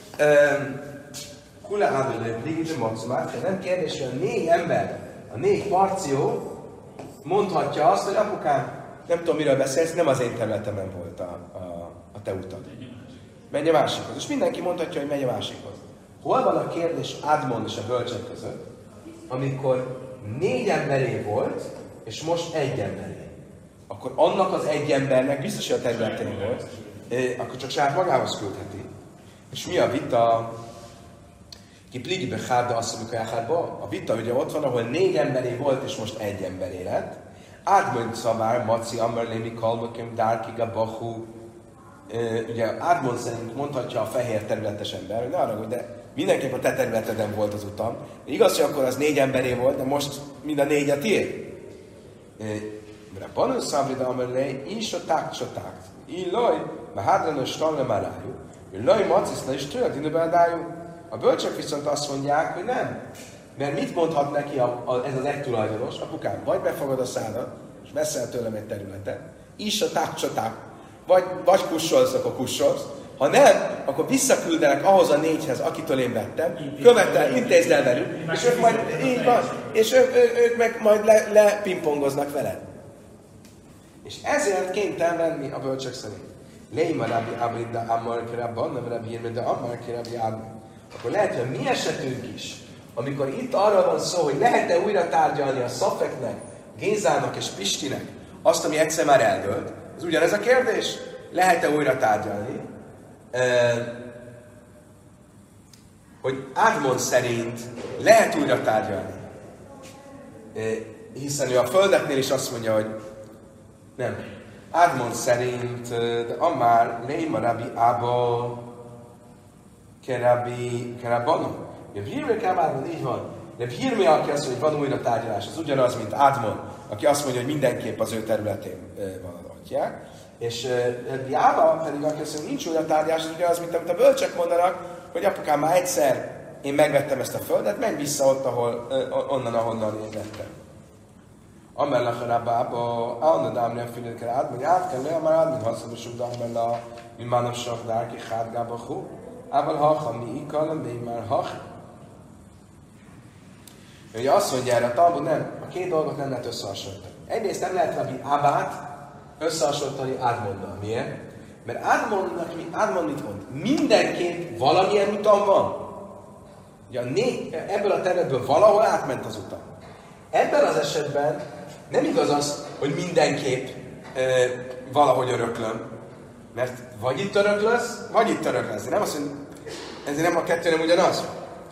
nem kérdés, hogy a 4 ember, a 4 parció mondhatja azt, hogy apukám, nem tudom, miről beszélsz, nem az én területemen volt a te utad. Menj a másikhoz. És mindenki mondhatja, hogy megy a másikhoz. Hol van a kérdés Ádmon és a bölcsek között, amikor 4 emberé volt, és most 1 emberé? Akkor annak az 1 embernek biztos, hogy a területén volt, akkor csak saját magához küldheti. És mi a vita? Ki pligibe hárda azt mondjuk, a vita ugye ott van, ahol 4 emberé volt, és most 1 emberé lett. Ádmon szavár, Maci, Amerlémi, Kalmakem, Dárkiga, Bahu. Ugye Ádmon szerint mondhatja a fehér területes ember, hogy ne arra, de mindenképp a te területeden volt az utam. Igaz, hogy akkor az 4 emberé volt, de most mind a 4 a tiéd. Mert Banu Szabrida Amerlé, is a tákt. Illaj, mert hádranő stanle már rájuk. Illaj, Maciszna is tőled indobeldájuk. A bölcsök viszont azt mondják, hogy nem. Mert mit mondhat neki ez az egy tulajdonos? Apukám, vagy befogad a szádat, és veszel tőlem egy területet, is a tápcsaták, vagy kussolsz, akkor kussolsz. Ha nem, akkor visszaküldenek ahhoz a 4-hez, akitől én vettem, intézd el velük, és ők majd, így van, és ők meg majd lepingpongoznak veled. És ezért kénytelen venni a bölcsök szerint. Léma Rabbi Abrinda Ammar Kirabban, nem Rabbi Hirmenda Ammar Kirabbi Abrinda. Akkor lehet, hogy a mi esetünk is, amikor itt arra van szó, hogy lehet-e újra tárgyalni a szafeknek Gézának és Pistinek azt, ami egyszer már eldőlt, az ugyanez a kérdés. Lehet-e újra tárgyalni? Hogy Ádmon szerint lehet újra tárgyalni. Hiszen ő a földeknél is azt mondja, hogy nem. Ádmon szerint, de Amár, Léma Rabbi Ába, Kerabanu. Reb Hírmi Kámárban így van. Reb Hírmi, aki azt mondja, hogy van újra tárgyalás, az ugyanaz, mint Ádmon, aki azt mondja, hogy mindenképp az ő területén valadatják. És Reb Ába pedig, aki azt mondja, hogy nincs újra tárgyalás, az ugyanaz, mint amit a bölcsek mondanak, hogy apukám, már egyszer én megvettem ezt a földet, menj vissza ott, ahonnan én vettem. Amellach a Rabába, Álnadámri a fülőkkel átmegy, át kell le, már átmegy haszadosuk, de amellach, mi már nem sok dárki, hátgába hú, ával hacha, mi ikal, még már hach. Ugye azt mondja erre a Talmud, nem, a két dolgot nem lehet összehasonlítani. Egyrészt nem lehet Rabbi Ábát összehasonlítani Ádmonnal. Miért? Mert Ádmon mit mond? Mindenként valamilyen utam van. Ugye ebből a területből valahol átment az utam. Ebben az esetben nem igaz az, hogy mindenképp valahogy öröklöm. Mert vagy itt öröklesz, vagy itt öröklesz. Nem azt mondja, ezért nem a kettő nem ugyanaz.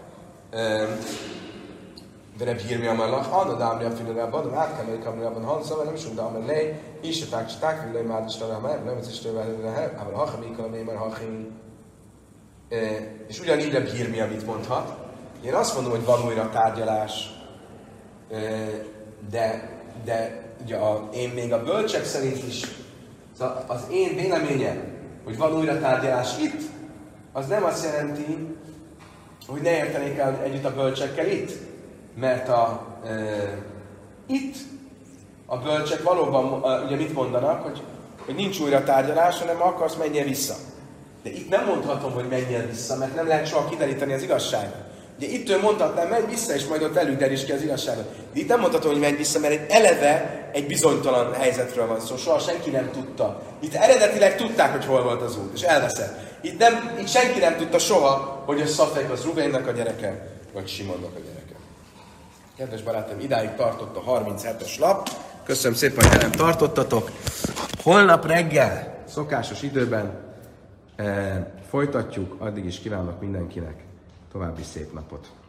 De Reb Hírmi Amellach, Annadámri a fülőlában, át kell melyik amellában, Hanszava, nem sunda amellé, Iseták, Siták, Villai, Mádisra, nem ez is tőle, Ával Hachamika, Némer, Hachim. És ugyanígy Reb Hírmi, amit mondhat. Én azt mondom, hogy van újra tárgyalás, de ugye én még a bölcsek szerint is, az én véleményem, hogy van újra tárgyalás itt, az nem azt jelenti, hogy ne értenék el együtt a bölcsekkel itt. Mert itt a bölcsek valóban ugye mit mondanak, hogy nincs újra tárgyalás, hanem ha akarsz, menjél vissza. De itt nem mondhatom, hogy menjél vissza, mert nem lehet soha kideríteni az igazságot. Ugye itt ő mondhatnám, menj vissza, és majd ott előderíts ki az igazságot. De itt nem mondhatom, hogy menj vissza, mert eleve egy bizonytalan helyzetről van szó, soha senki nem tudta. Itt eredetileg tudták, hogy hol volt az út, és elveszett. Itt senki nem tudta soha, hogy a Szafek az Ruvénnak a gyereke, vagy Simonnak a gyereke. Kedves barátaim, idáig tartott a 37-es lap. Köszönöm szépen, hogy velem tartottatok. Holnap reggel, szokásos időben folytatjuk. Addig is kívánok mindenkinek további szép napot.